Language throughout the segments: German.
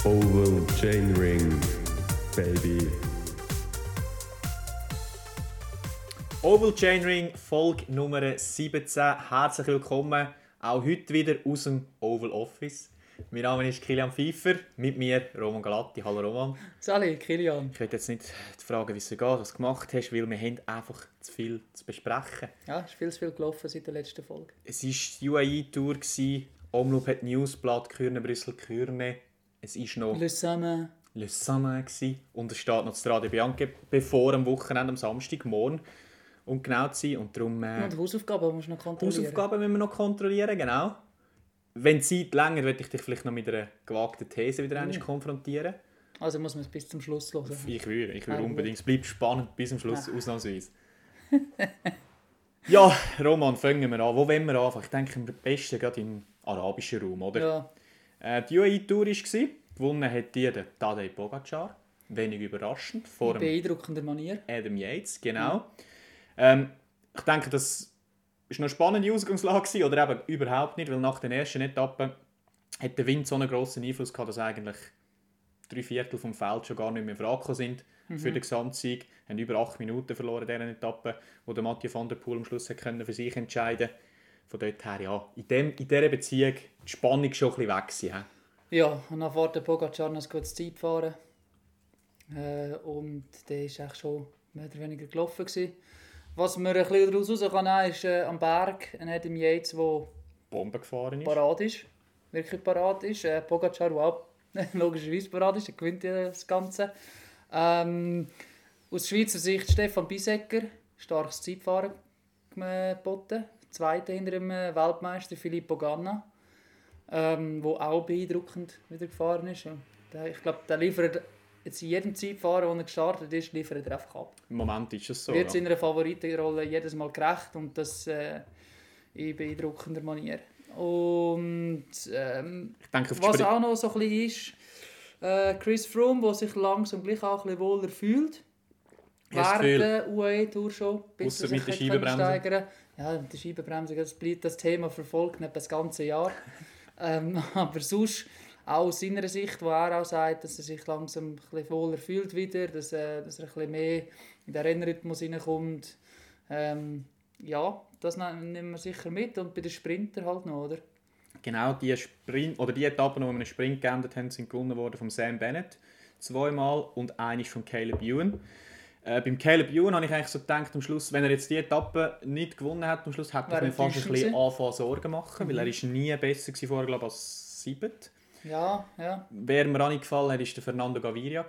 Oval Chainring, baby. Oval Chainring, Folge Nummer 17. Herzlich willkommen, auch heute wieder aus dem Oval Office. Mein Name ist Kilian Pfeiffer, mit mir Roman Galatti. Hallo Roman. Salut Kilian. Ich möchte jetzt nicht fragen, wie es dir geht, was du gemacht hast, weil wir haben einfach zu viel zu besprechen. Ja, es ist viel zu viel gelaufen seit der letzten Folge. Es war die UAE-Tour, Omloop hat Newsblatt, Kürne, Brüssel, Kürne. Es war noch Le Samen. Le Samen und es steht noch das Strade Bianche bevor am Wochenende, am Samstagmorgen, um genau zu sein. Und darum, Und Hausaufgaben musst du noch kontrollieren. Hausaufgaben müssen wir noch kontrollieren, genau. Wenn die Zeit länger, würde ich dich vielleicht noch mit einer gewagten These wieder einmal konfrontieren. Also muss man es bis zum Schluss hören. Ich würde unbedingt. Es bleibt spannend bis zum Schluss, ausnahmsweise. Ja, Roman, fangen wir an. Wo wollen wir anfangen? Ich denke, am besten gerade im arabischen Raum, oder? Ja. Die UAE-Tour war, gewonnen hat der Tadej Pogacar, wenig überraschend, vor In beeindruckender Manier. Adam Yates, genau. Ich denke, das war noch eine spannende Ausgangslage, oder eben überhaupt nicht, weil nach den ersten Etappen hat der Wind so einen grossen Einfluss gehabt, dass eigentlich 3/4 vom Feld schon gar nicht mehr in Frage gekommen sind für den Gesamtsieg. Haben über 8 Minuten verloren in dieser Etappe, wo der Mathieu van der Poel am Schluss für sich entscheiden konnte. Von dort her, ja, in dieser Beziehung die Spannung schon ein bisschen weg gewesen. Ja, und dann fährt der Pogacar noch ein gutes Zeitfahren. Und der war eigentlich schon mehr oder weniger gelaufen gewesen. Was man ein bisschen daraus herausnehmen kann, ist am Berg ein Adam Yates, der Bombe gefahren ist. parat ist. Wirklich parat ist. Pogacar, der auch logischerweise parat ist, der gewinnt ja das Ganze. Aus Schweizer Sicht Stefan Bisecker, starkes Zeitfahren geboten. Zweiter hinter dem Weltmeister Filippo Ganna, der auch beeindruckend wieder gefahren ist. Ich glaube, der liefert jetzt in jedem Zeitfahren, wo er gestartet ist, liefert er einfach ab. Im Moment ist es so. Wird seiner Favoritenrolle jedes Mal gerecht und das in beeindruckender Manier. Und ich denke, was auch noch so ein bisschen ist, Chris Froome, der sich langsam gleich auch ein bisschen wohler fühlt. Während der UAE-Tour schon. Ausser mit der Scheibenbremse. Ja, mit der Scheibenbremse, das bleibt das Thema verfolgt, nicht das ganze Jahr. Aber sonst, auch aus seiner Sicht, wo er auch sagt, dass er sich langsam ein bisschen wohler fühlt wieder, dass er ein bisschen mehr in den Rennrhythmus hineinkommt. Ja, das nehmen wir sicher mit. Und bei den Sprinter halt noch, oder? Genau, die Etappen, die wir einen Sprint geändert haben, sind gewonnen worden von Sam Bennett zweimal und eine von Caleb Ewan. Beim Caleb Ewan habe ich eigentlich so gedacht, am Schluss, wenn er jetzt die Etappe nicht gewonnen hat, am Schluss hätte ich mir fast ein bisschen anfangen Sorgen machen, weil er ist nie besser gewesen vorher, glaube ich, als 7. Ja. Wer mir auch nicht gefallen hat, war der Fernando Gaviria.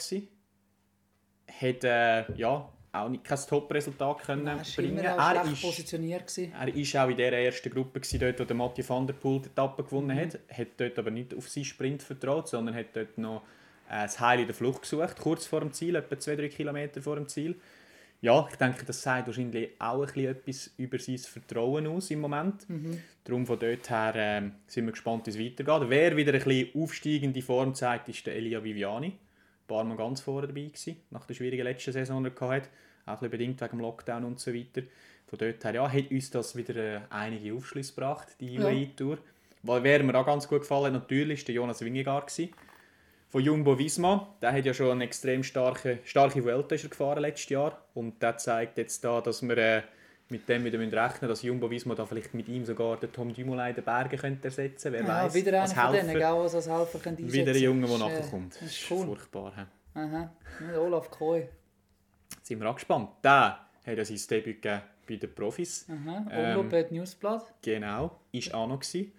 Hat auch nicht kein Top-Resultat können bringen. Er war schlecht positioniert. Er war auch in der ersten Gruppe, dort, wo der Mathieu van der Poel die Etappe gewonnen hat. Hat dort aber nicht auf seinen Sprint vertraut, sondern hat dort noch das Heil in der Flucht gesucht, kurz vor dem Ziel, etwa 2-3 Kilometer vor dem Ziel. Ja, ich denke, das sagt wahrscheinlich auch ein bisschen etwas über sein Vertrauen aus im Moment. Darum von dort her sind wir gespannt, wie es weitergeht. Wer wieder ein bisschen aufsteigende Form zeigt, ist der Elia Viviani. Ein paar Mal ganz vorne dabei gewesen, nach der schwierigen letzten Saison, die er hatte. Auch ein bisschen bedingt wegen dem Lockdown und so weiter. Von dort her hat uns das wieder einige Aufschlüsse gebracht, die UAE-Tour. Wer mir auch ganz gut gefallen hat, natürlich, war der Jonas Vingegaard von Jumbo-Visma. Der hat ja schon eine extrem starke Vuelta gefahren letztes Jahr. Und der zeigt jetzt da, dass wir mit dem wieder rechnen müssen, dass Jumbo-Visma da vielleicht mit ihm sogar den Tom Dumoulin den Bergen könnte ersetzen könnte. Wer weiß, wieder als einer von Helfer. denen, als Helfer könnte einsetzen. Wieder ein Junge, der nachkommt. Das ist cool. Furchtbar. He? Aha, Olaf Koy. Jetzt sind wir auch gespannt. Der hat ja sein Debüt gegeben bei den Profis. Omloop hat Newsblatt. Genau, war auch noch.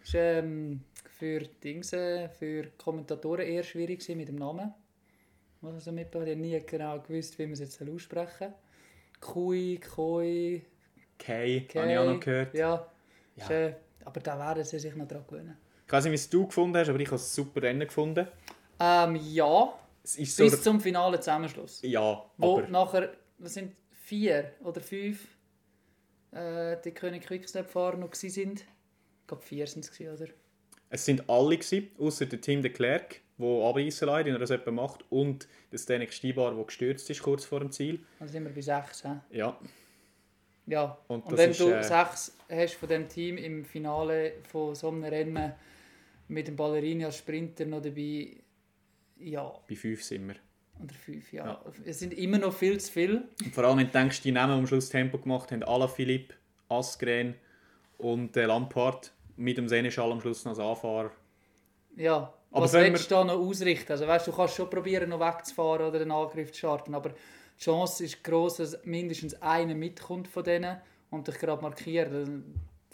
Ist für Kommentatoren eher schwierig mit dem Namen. Was also mitbekommen, ich habe nie genau gewusst, wie man es jetzt aussprechen soll. Koi. Kay, habe ich auch noch gehört. Ja. Aber da werden sie sich noch daran gewöhnen. Ich weiß nicht, wie es du gefunden hast, aber ich habe es super Rennen gefunden. Ja, es ist bis zum finalen Zusammenschluss. Ja, wo aber nachher, was sind 4 oder 5 die König Quickstep-Fahrer noch waren. Ich glaube 4 waren es, oder? Es sind alle gewesen, ausser der Tim de Klerk, der abreißen lässt, wenn er das etwa macht, und der Zdeněk Stybar, der gestürzt ist kurz vor dem Ziel. Dann sind wir bei 6. Ja. Ja, und wenn du 6 hast von dem Team im Finale von so einem Rennen mit dem Ballerini als Sprinter noch dabei, Ja, Bei 5 sind wir. oder 5, ja. Es sind immer noch viel zu viel. Und vor allem, wenn du denkst, die Namen, die am Schluss Tempo gemacht haben, Alaphilippe, Asgreen und Lampard mit dem Seneschal am Schluss noch als Anfahrer. Ja, Aber was wenn willst du da noch ausrichten? Also, weißt, du kannst schon probieren, noch wegzufahren oder einen Angriff zu starten, aber die Chance ist gross, dass mindestens einer mitkommt von denen und dich gerade markiert. Und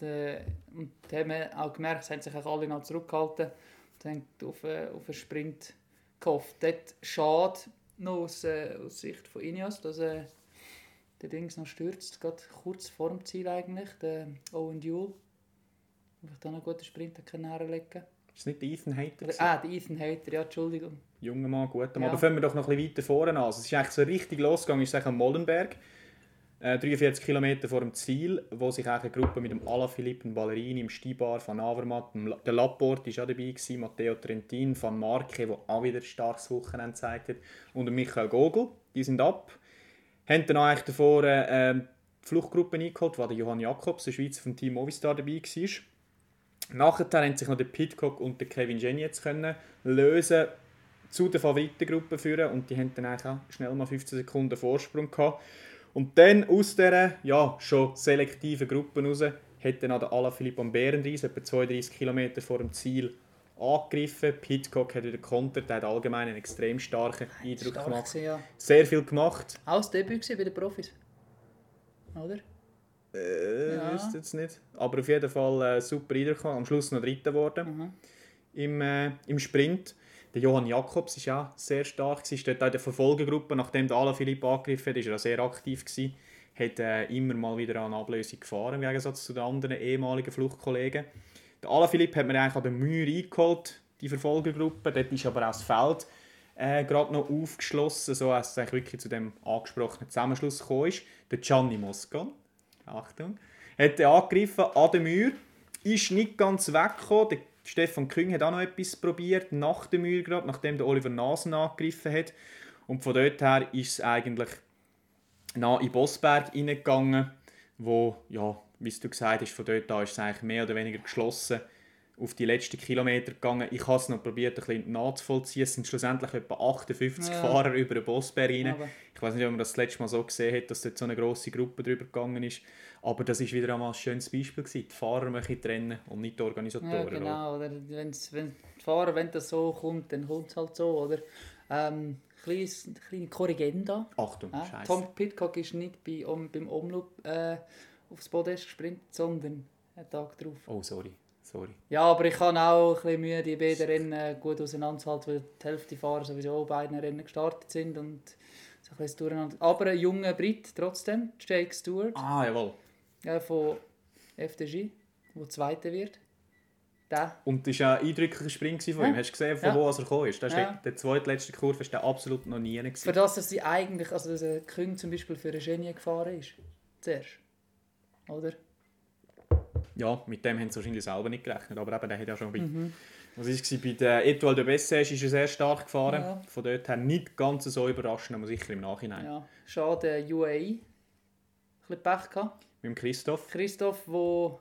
da haben wir auch gemerkt, es haben sich alle noch zurückgehalten und haben auf einen Sprint gehofft. Dort schade noch aus Sicht von Ineos, dass der Dings noch stürzt, gerade kurz vor dem Ziel eigentlich, der Owen Duel. Ich dann einen guten Sprint herlegen können. Ist das nicht der Ethan Hayter? Der Ethan Hayter, ja, Entschuldigung. Junger Mann, guter Mann. Ja. Aber fangen wir doch noch ein bisschen weiter vorne an. Also, es ist eigentlich so richtig losgegangen, ist am Mollenberg. 43 Kilometer vor dem Ziel, wo sich eine Gruppe mit dem Alaphilippe, dem Ballerini, dem Stibar, Van Avermaet, der Laporte war auch dabei, Matteo Trentin, Van Marke, der auch wieder ein starkes Wochenende gezeigt hat, und der Michael Gogel, die sind ab. Haben dann eigentlich davor die Fluchtgruppe eingeholt, wo der Johann Jakobs, der Schweizer vom Team Movistar, dabei war. Nachher haben sich noch der Pidcock und der Kevin Genietz können lösen zu der Favoritengruppe führen, und die haben dann eigentlich auch schnell mal 15 Sekunden Vorsprung gehabt. Und dann aus dieser schon selektiven Gruppe raus hat dann auch der Alaphilippe am Bärenreis etwa 32 Kilometer vor dem Ziel angegriffen. Pidcock hat wieder kontert, der hat allgemein einen extrem starken Eindruck Stark gemacht. gewesen, ja. Sehr viel gemacht. Auch das Debüt bei den Profis. Oder? Ja. Wüsste jetzt nicht. Aber auf jeden Fall super Eindruck gemacht. Am Schluss noch Dritter geworden im Sprint. Der Johann Jakobs war auch sehr stark. Er war dort in der Verfolgergruppe. Nachdem der Alaphilippe angegriffen hat, war er sehr aktiv. Hat immer mal wieder eine Ablösung gefahren, im Gegensatz zu den anderen ehemaligen Fluchtkollegen. Der Alaphilippe hat mir eigentlich an der Mühe eingeholt, die Verfolgergruppe. Dort ist aber auch das Feld gerade noch aufgeschlossen, so dass es eigentlich wirklich zu dem angesprochenen Zusammenschluss gekommen ist. Der Gianni Moscon, Achtung, hat angegriffen an der Mühe, ist nicht ganz weggekommen. Der Stefan Küng hat auch noch etwas probiert, nach der Mühe gerade, nachdem der Oliver Nasen angegriffen hat. Und von dort her ist es eigentlich nach in Bossberg hineingegangen, wo, ja, wie du gesagt hast, von dort an ist es eigentlich mehr oder weniger geschlossen auf die letzten Kilometer gegangen. Ich habe es noch probiert, ein bisschen nachzuvollziehen. Es sind schlussendlich etwa 58 Fahrer über den Bossberg rein. Aber Ich weiß nicht, ob man das letzte Mal so gesehen hat, dass dort so eine grosse Gruppe drüber gegangen ist. Aber das war wieder einmal ein schönes Beispiel gewesen. Die Fahrer möchten trennen und nicht die Organisatoren. ja, genau. Oder wenn die Fahrer, wenn das so kommt, dann kommt es halt so. Oder? Kleine Korrigenda. Achtung, Scheiße. Tom Pidcock ist nicht beim Omloop aufs Podest gesprintet, sondern einen Tag drauf. Oh, sorry. Ja, aber ich habe auch ein bisschen Mühe, die beiden Rennen gut auseinanderzuhalten, weil die Hälfte der Fahrer sowieso beiden Rennen gestartet sind und so ein bisschen durcheinander. Aber ein junger Brit trotzdem, Jake Stewart, Ah, jawohl. von FDJ, der Zweiter wird. Der. Und das war ein eindrücklicher Sprint von ihm. Hast du gesehen, von wo er gekommen ist? Das ist Ja. der zweitletzte Kurve, war der absolut noch nie. Für das, dass sie eigentlich, also dass ein Küng zum Beispiel für eine Genie gefahren ist. Zuerst. Oder? Ja, mit dem haben sie wahrscheinlich selber nicht gerechnet, aber eben, der hat ja schon was war es? Bei der Etoile de Bessèges ist er sehr stark gefahren. Ja. Von dort her nicht ganz so überraschend, aber sicher im Nachhinein. Ja. Schade, UAE. Ein bisschen Pech gehabt. Mit dem Christoph. Christoph, wo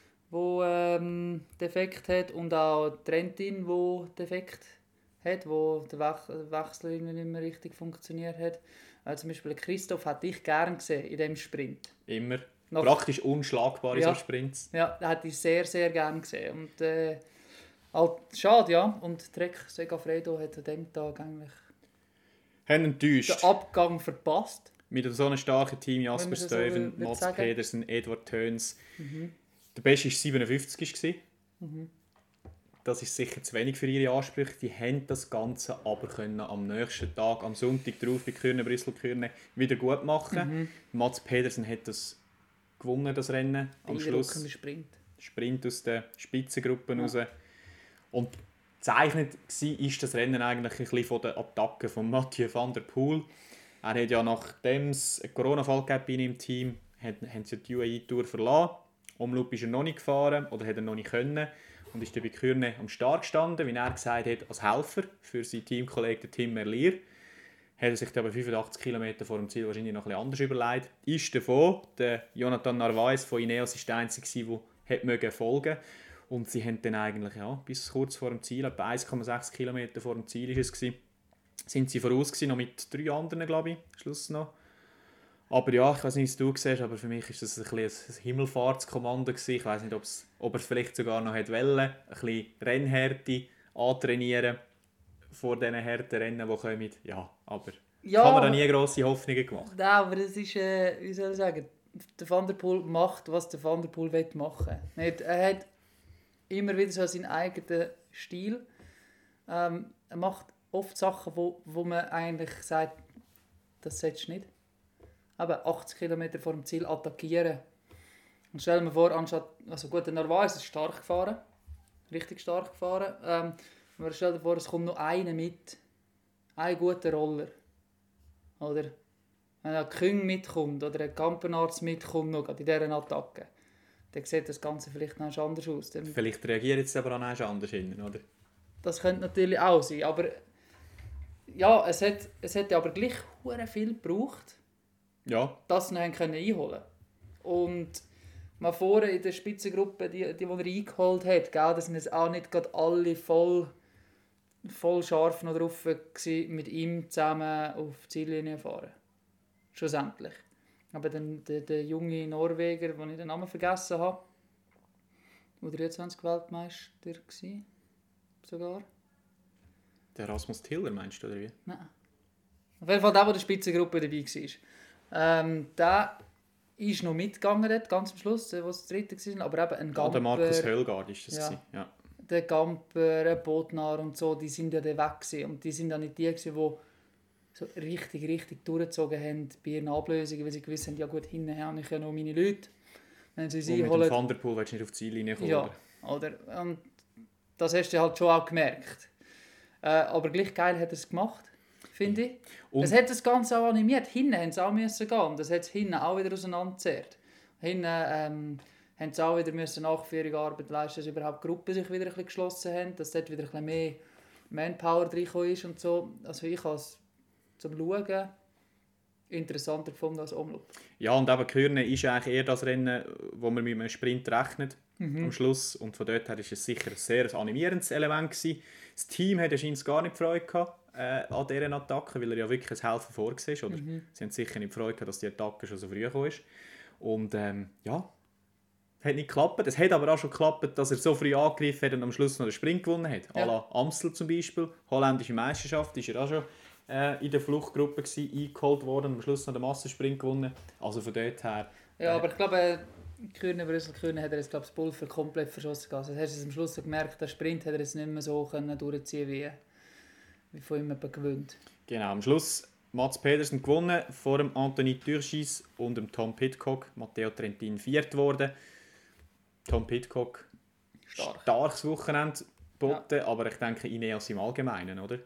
Defekt hat, und auch Trentin, wo Defekt hat, wo der Wechsel irgendwie nicht mehr richtig funktioniert hat. Zum Beispiel Christoph hätte ich gerne gesehen in diesem Sprint. Immer. Noch- Praktisch unschlagbar in Ja. so Sprints. Ja, den hätte ich sehr, sehr gerne gesehen. Und halt, schade, ja. Und Trek Segafredo hat an diesem Tag eigentlich Haben enttäuscht. den Abgang verpasst. Mit so einem starken Team, Wenn Jasper man das so Stuyven, will Mats sagen. Pedersen, Edward Töns. Der Beste war 57. Das ist sicher zu wenig für ihre Ansprüche. Die haben das Ganze aber können am nächsten Tag, am Sonntag drauf bei Kürne, Brüssel-Kürne, wieder gut machen. Mats Pedersen hat das gewonnen, das Rennen. Am Schluss Beeindruckender Sprint. Sprint aus den Spitzengruppen raus. Und gezeichnet war das Rennen eigentlich ein bisschen von den Attacken von Mathieu van der Poel. Er hat ja, nachdem es einen Corona-Fall gab bei ihm im Team, haben sie die UAE-Tour verlassen. Omloop ist er noch nicht gefahren oder hat er noch nicht können und ist dann bei Kürne am Start gestanden, wie er gesagt hat, als Helfer für seinen Teamkollegen Tim Merlier. Hat er sich dann aber 85 Kilometer vor dem Ziel wahrscheinlich noch etwas anders überlegt. Ist davon, der Jonathan Narvaez von Ineos war der Einzige, der folgen konnte. Und sie haben dann eigentlich bis kurz vor dem Ziel, etwa 1,6 Kilometer vor dem Ziel war es, sind sie voraus gewesen, noch mit 3 anderen, glaube ich, Schluss noch. Aber ja, ich weiß nicht, wie es du siehst, aber für mich ist das ein bisschen ein Himmelfahrtskommando gewesen. Ich weiß nicht, ob er es vielleicht sogar noch hätte wollen, ein bisschen Rennhärte antrainieren vor diesen harten Rennen, die kommen. Ja, aber Ja, haben wir da nie grosse Hoffnungen gemacht. nein, aber das ist, wie soll ich sagen, der Van der Poel macht, was der Van der Poel machen will. Nicht, er hat immer wieder so seinen eigenen Stil. Er macht oft Sachen, wo man eigentlich sagt, das solltest du nicht. Aber 80 km vor dem Ziel attackieren. Und stell mir vor, anstatt, also gut, der Narvaez ist stark gefahren, richtig stark gefahren. Aber stell dir vor, es kommt noch einer mit, ein guter Roller. Oder wenn ein Küng mitkommt oder ein Kampenarzt mitkommt noch in dieser Attacke, dann sieht das Ganze vielleicht noch anders aus. Vielleicht reagiert es aber auch anders hin, oder? Das könnte natürlich auch sein, aber ja, es hat aber gleich hure viel gebraucht, Ja. dass sie ihn einholen können. Und mal vorne in der Spitzengruppe, die er eingeholt hat, gell, das sind jetzt auch nicht gerade alle voll scharf noch drauf gewesen, mit ihm zusammen auf die Ziellinie fahren. Schlussendlich. Aber dann der junge Norweger, den ich den Namen vergessen habe, der 23 Weltmeister war, sogar. Der Rasmus Tiller meinst du, oder wie? Nein. Auf jeden Fall der in der Spitzengruppe dabei war. Der ist noch mitgegangen dort, ganz am Schluss, wo es der Dritte war. Aber eben ein Gamper, der Markus Höllgaard war das. Ja. Ja. Der Gamper, Botnar und so, die sind ja dann weg gewesen. Und die sind ja nicht die gewesen, die so richtig durchgezogen haben bei ihren Ablösungen, weil sie gewusst haben, ja gut, hinten habe ich ja noch meine Leute. Wenn sie Mit einholen, dem Van der Poel willst du nicht auf die Ziellinie kommen. ja, oder? Und das hast du halt schon auch gemerkt. Aber gleich geil hat er es gemacht, finde ich. Und Es hat das Ganze auch animiert. Hinten haben sie auch müssen gehen. Und das hat es hinten auch wieder auseinandergezerrt. Hinten haben sie auch wieder müssen Nachführung Arbeit leisten, dass überhaupt die Gruppen sich wieder ein bisschen geschlossen haben, dass dort wieder ein bisschen mehr Manpower reingekommen ist und so. Also ich habe es zum Schauen interessanter gefunden als Omloop. Ja, und eben Kürne ist eigentlich eher das Rennen, wo man mit einem Sprint rechnet am Schluss. Und von dort her war es sicher ein sehr animierendes Element gewesen. Das Team hat anscheinend gar nicht Freude gehabt, an dieser Attacke, weil er ja wirklich ein Helfen vorgesehen ist. Sie haben sicher nicht Freude gehabt, dass die Attacke schon so früh gekommen ist. Und ja, hat nicht geklappt. Es hat aber auch schon geklappt, dass er so früh angegriffen hat und am Schluss noch den Sprint gewonnen hat. Ja. À la Amstel zum Beispiel, holländische Meisterschaft, ist er auch schon in der Fluchtgruppe gewesen, eingeholt worden und am Schluss noch den Massensprint gewonnen. Also von dort her... Ja, aber ich glaube, Brüssel-Kürne hat er jetzt, glaube ich, das Pulver komplett verschossen. Also hast du es am Schluss gemerkt, der Sprint hat er jetzt nicht mehr so können durchziehen wie von ihm gewöhnt. Genau, am Schluss Mats Pedersen gewonnen, vor dem Anthony Turgis und dem Tom Pidcock. Matteo Trentin viert worden. Tom Pidcock, starkes Wochenende geboten, aber ich denke Ineos im Allgemeinen, oder?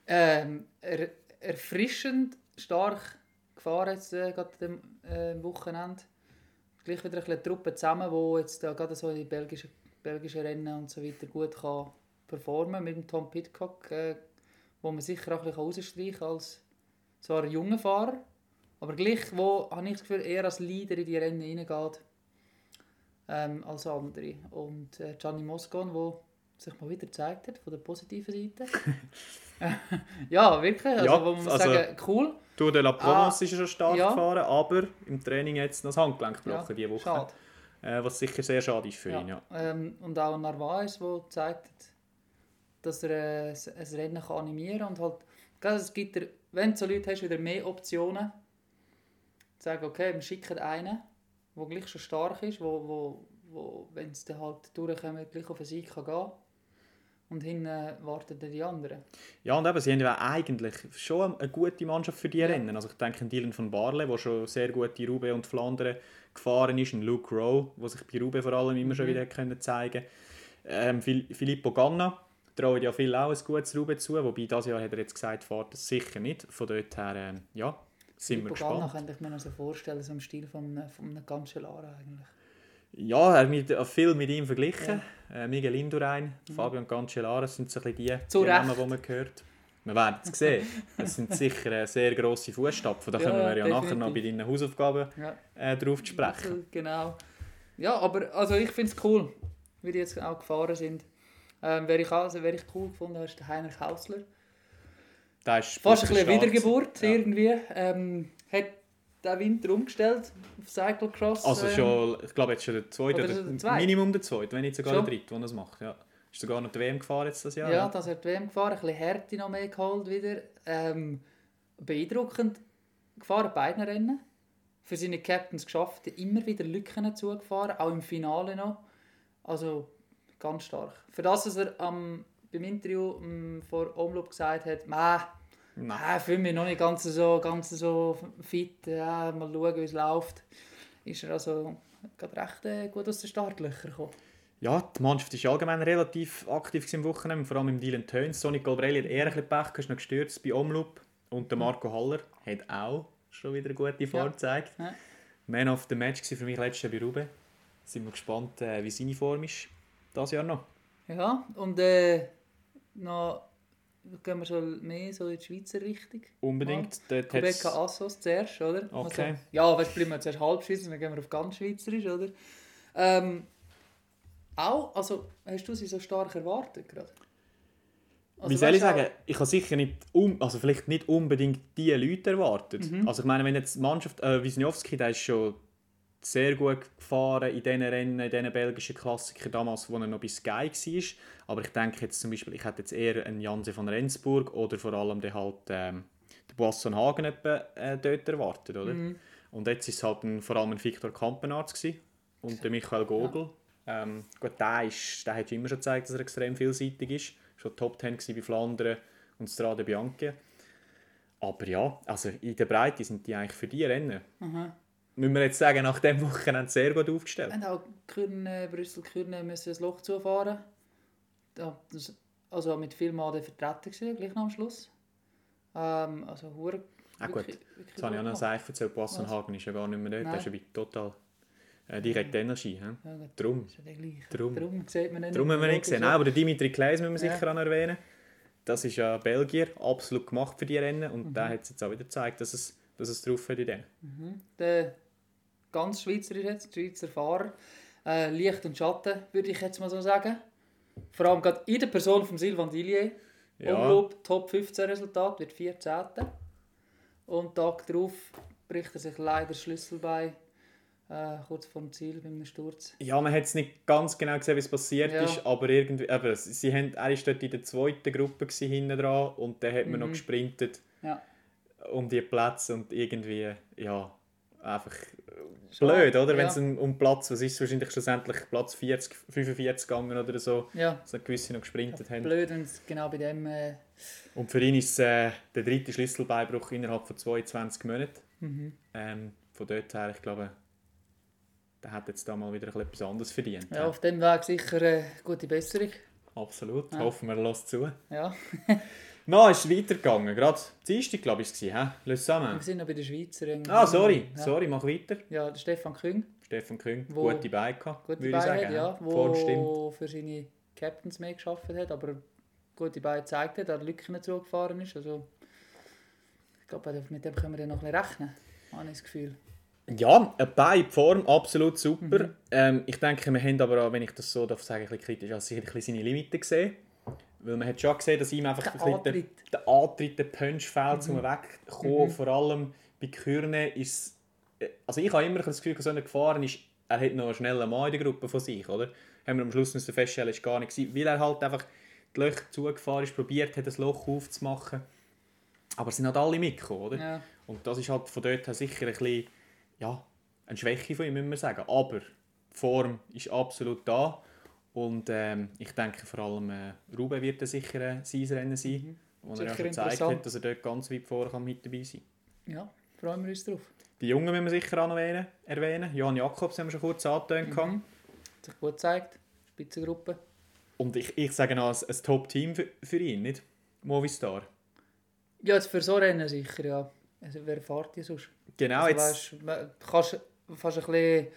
Erfrischend stark gefahren jetzt gerade am Wochenende. Gleich wieder ein bisschen Truppe zusammen, die jetzt gerade so in die belgischen Rennen und so weiter gut kann performen mit dem Tom Pidcock, wo man sicher auch ein bisschen rausstreichen kann als zwar ein junger Fahrer, aber gleich, wo, habe ich das Gefühl, eher als Leader in die Rennen reingeht als andere. Und Gianni Moscon, der sich mal wieder gezeigt hat, von der positiven Seite. Ja, wirklich. Also, Ja, wo man also, sagen, cool. Tour de la Provence ist er schon stark ja. gefahren, aber im Training hat es noch das Handgelenk gebrochen diese Woche. Schade. Was sicher sehr schade ist für ihn. Ja. Und auch Narvaez, der gezeigt hat, dass er ein Rennen kann animieren kann. Und halt, es gibt wenn du so Leute hast, wieder mehr Optionen. Zu sagen, okay, wir schicken einen, der gleich schon stark ist, wo wenn es dann halt durchkommt, gleich auf den Sieg kann gehen. Und hinten warten dann die anderen. Ja, und eben, sie haben ja eigentlich schon eine gute Mannschaft für die Rennen. Also ich denke an Dylan van Baarle, der schon sehr gut in Roubaix und Flandern gefahren ist. Und Luke Rowe, der sich bei Roubaix vor allem immer schon wieder zeigen konnte. Filippo Ganna trauen ja viele auch ein gutes Roubaix zu. Wobei, dieses Jahr hat er jetzt gesagt, fährt das sicher nicht. Von dort her, ja, sind wir gespannt. Ganna könnte ich mir noch so vorstellen, so im Stil von einem Cancellara eigentlich. Ja, er hat viel mit ihm verglichen. Ja. Miguel Indurain, Fabian Cancellara, das sind so ein bisschen die Namen, die man hört. Wir werden es sehen. Es sind sicher sehr grosse Fußstapfen. Da kommen wir ja definitiv nachher noch bei deinen Hausaufgaben drauf zu sprechen. Genau. Ja, aber also ich finde es cool, wie die jetzt auch gefahren sind. Wer ich cool gefunden habe, ist der Heinrich Hausler. Der ist Fast ein bisschen stark. Wiedergeburt Ja. irgendwie. Hat den Winter umgestellt auf Cyclocross. Also schon, ich glaube jetzt schon der zweite, oder oder der zweite? Minimum der zweite, wenn nicht sogar Schon? der dritte, der das macht. Ja. Ist sogar noch die WM gefahren jetzt das Jahr. Ja, das hat die WM gefahren, ein bisschen Härte noch mehr geholt wieder. Beeindruckend gefahren, beiden Rennen. Für seine Captains geschafft, immer wieder Lücken zugefahren, auch im Finale noch. Also ganz stark. Für das, was er beim Interview vor Omloop gesagt hat, Nein. fühle mich noch nicht ganz so fit, mal schauen, wie es läuft, ist er also gerade recht gut aus den Startlöchern gekommen. Ja, die Mannschaft ist allgemein relativ aktiv im Wochenende, vor allem im Dylan Teuns. Sonny Colbrelli hat eher ein bisschen Pech, ist noch gestürzt bei Omloop. Und der Marco Haller hat auch schon wieder eine gute Form gezeigt. Ja. Man of the Match war für mich letztes Jahr bei Ruben. Sind wir gespannt, wie seine Form ist dieses Jahr noch. Ja, und noch gehen wir so mehr so in die Schweizer Richtung. Unbedingt. Dort Rebecca hat's- Assos zuerst, oder? Okay. Also, ja, weißt, bleiben wir zuerst Halbschweizer, dann gehen wir auf ganz Schweizerisch, oder? Auch, also hast du sie so stark erwartet gerade? Also, Wie soll ich weißt du sagen, ich habe sicher nicht, also vielleicht nicht unbedingt die Leute erwartet. Also ich meine, wenn jetzt die Mannschaft, Wisniewski, der ist schon sehr gut gefahren in diesen Rennen, in diesen belgischen Klassikern damals, wo er noch bei Sky war. Aber ich denke jetzt zum Beispiel, ich hätte jetzt eher einen Janse von Rendsburg oder vor allem den halt den Boasson Hagen dort erwartet, oder? Und jetzt war es halt vor allem ein Victor Kampenarz gewesen und der Michael Gogel. Gut, der hat immer schon gezeigt, dass er extrem vielseitig ist. Schon Top 10 bei Flandern und Strade Bianche. Aber ja, also in der Breite sind die eigentlich für die Rennen. Müssen wir jetzt sagen, nach dem Wochenende sehr gut aufgestellt. Und auch Brüssel-Kürne müssen das Loch zufahren. Also mit viel Mal vertreten gewesen, gleich noch am Schluss. Also hure. Gut, jetzt habe ich auch noch ein Seich erzählt. Boasson Hagen ist ja gar nicht mehr dort. Nein. Der ist ja total direkt Energie. He? Ja, gut. Darum. Ist ja der gleiche. Darum. Darum sieht man ihn Darum haben wir nicht gesehen. Nein, aber der Dimitri Kleis müssen wir Ja. sicher auch noch erwähnen. Das ist ja Belgier, absolut gemacht für die Rennen. Und der hat es jetzt auch wieder gezeigt, dass es drauf hat in denen. Der ganz Schweizer ist jetzt, der Schweizer Fahrer. Licht und Schatten, würde ich jetzt mal so sagen. Vor allem gerade in der Person von Sylvain Dillier. Ja. Umloop, Top 15 Resultat, wird 14. Und Tag darauf bricht er sich leider das Schlüsselbein. Kurz vor dem Ziel bei einem Sturz. Ja, man hat es nicht ganz genau gesehen, wie es passiert Ja. ist, aber irgendwie, er war dort in der zweiten Gruppe hinten dran und dann hat man noch gesprintet Ja. um die Plätze und irgendwie, ja, einfach Schon, blöd, oder? ja. Wenn es um Platz, was ist es wahrscheinlich schlussendlich Platz 40, 45 gegangen oder so, Ja. so gewisse noch gesprintet haben. Blöd, wenn es genau bei dem... Und für ihn ist es der dritte Schlüsselbeinbruch innerhalb von 22 Monaten. Von dort her, ich glaube, der hat jetzt da mal wieder etwas anderes verdient. Ja, auf dem Weg sicher gute Besserung. Absolut, hoffen wir, er lässt zu. Ja. Dann ist es weitergegangen, gerade Dienstag, glaube ich, war es, Wir zusammen. sind noch bei den Schweizer. Sorry, mach weiter. Ja, der Stefan Küng, Stefan Küng, Wo- gute Beine gehabt, gute würde ich Beine sagen. hat, ja, Form stimmt. wo für seine Captains mehr geschafft hat, aber gute Beine gezeigt hat, er Lücken zugefahren ist. Also, ich glaube, mit dem können wir dann noch ein bisschen rechnen, habe ich das Gefühl. Ja, eine Beinform, absolut super. Mhm. Ich denke, wir haben aber auch, wenn ich das so darf sagen, ein bisschen kritisch, also sicher ein bisschen seine Limiten gesehen. Weil man hat schon gesehen, dass ihm einfach Der ein bisschen der Antritt, der Punch fehlt, um wegzukommen. Vor allem bei Kürne ist also ich habe immer das Gefühl, dass so einer gefahren ist, er hat noch einen schnellen Mann in der Gruppe von sich, oder? Haben wir am Schluss müssen feststellen, ist gar nicht gewesen, weil er halt einfach die Löcher zugefahren ist, probiert hat, das Loch aufzumachen. Aber es sind halt alle mitgekommen, oder? Ja. Und das ist halt von dort her sicher ein bisschen, ja, eine Schwäche von ihm, müssen wir sagen. Aber die Form ist absolut da. Und ich denke vor allem, Ruben wird sicher sein Rennen sein, wo er ja Sicher schon gezeigt interessant. hat, dass er dort ganz weit vorne mit dabei sein kann. Ja, freuen wir uns drauf. Die Jungen müssen wir sicher auch noch erwähnen. Johann Jakobs haben wir schon kurz angetönt. Hat sich gut gezeigt, Spitzengruppe. Und ich sage noch, ein Top-Team für ihn, nicht? Movistar. Ja, jetzt für so Rennen sicher, ja. Also, wer fährt die sonst? Genau, Also, jetzt... weißt, du kannst fast ein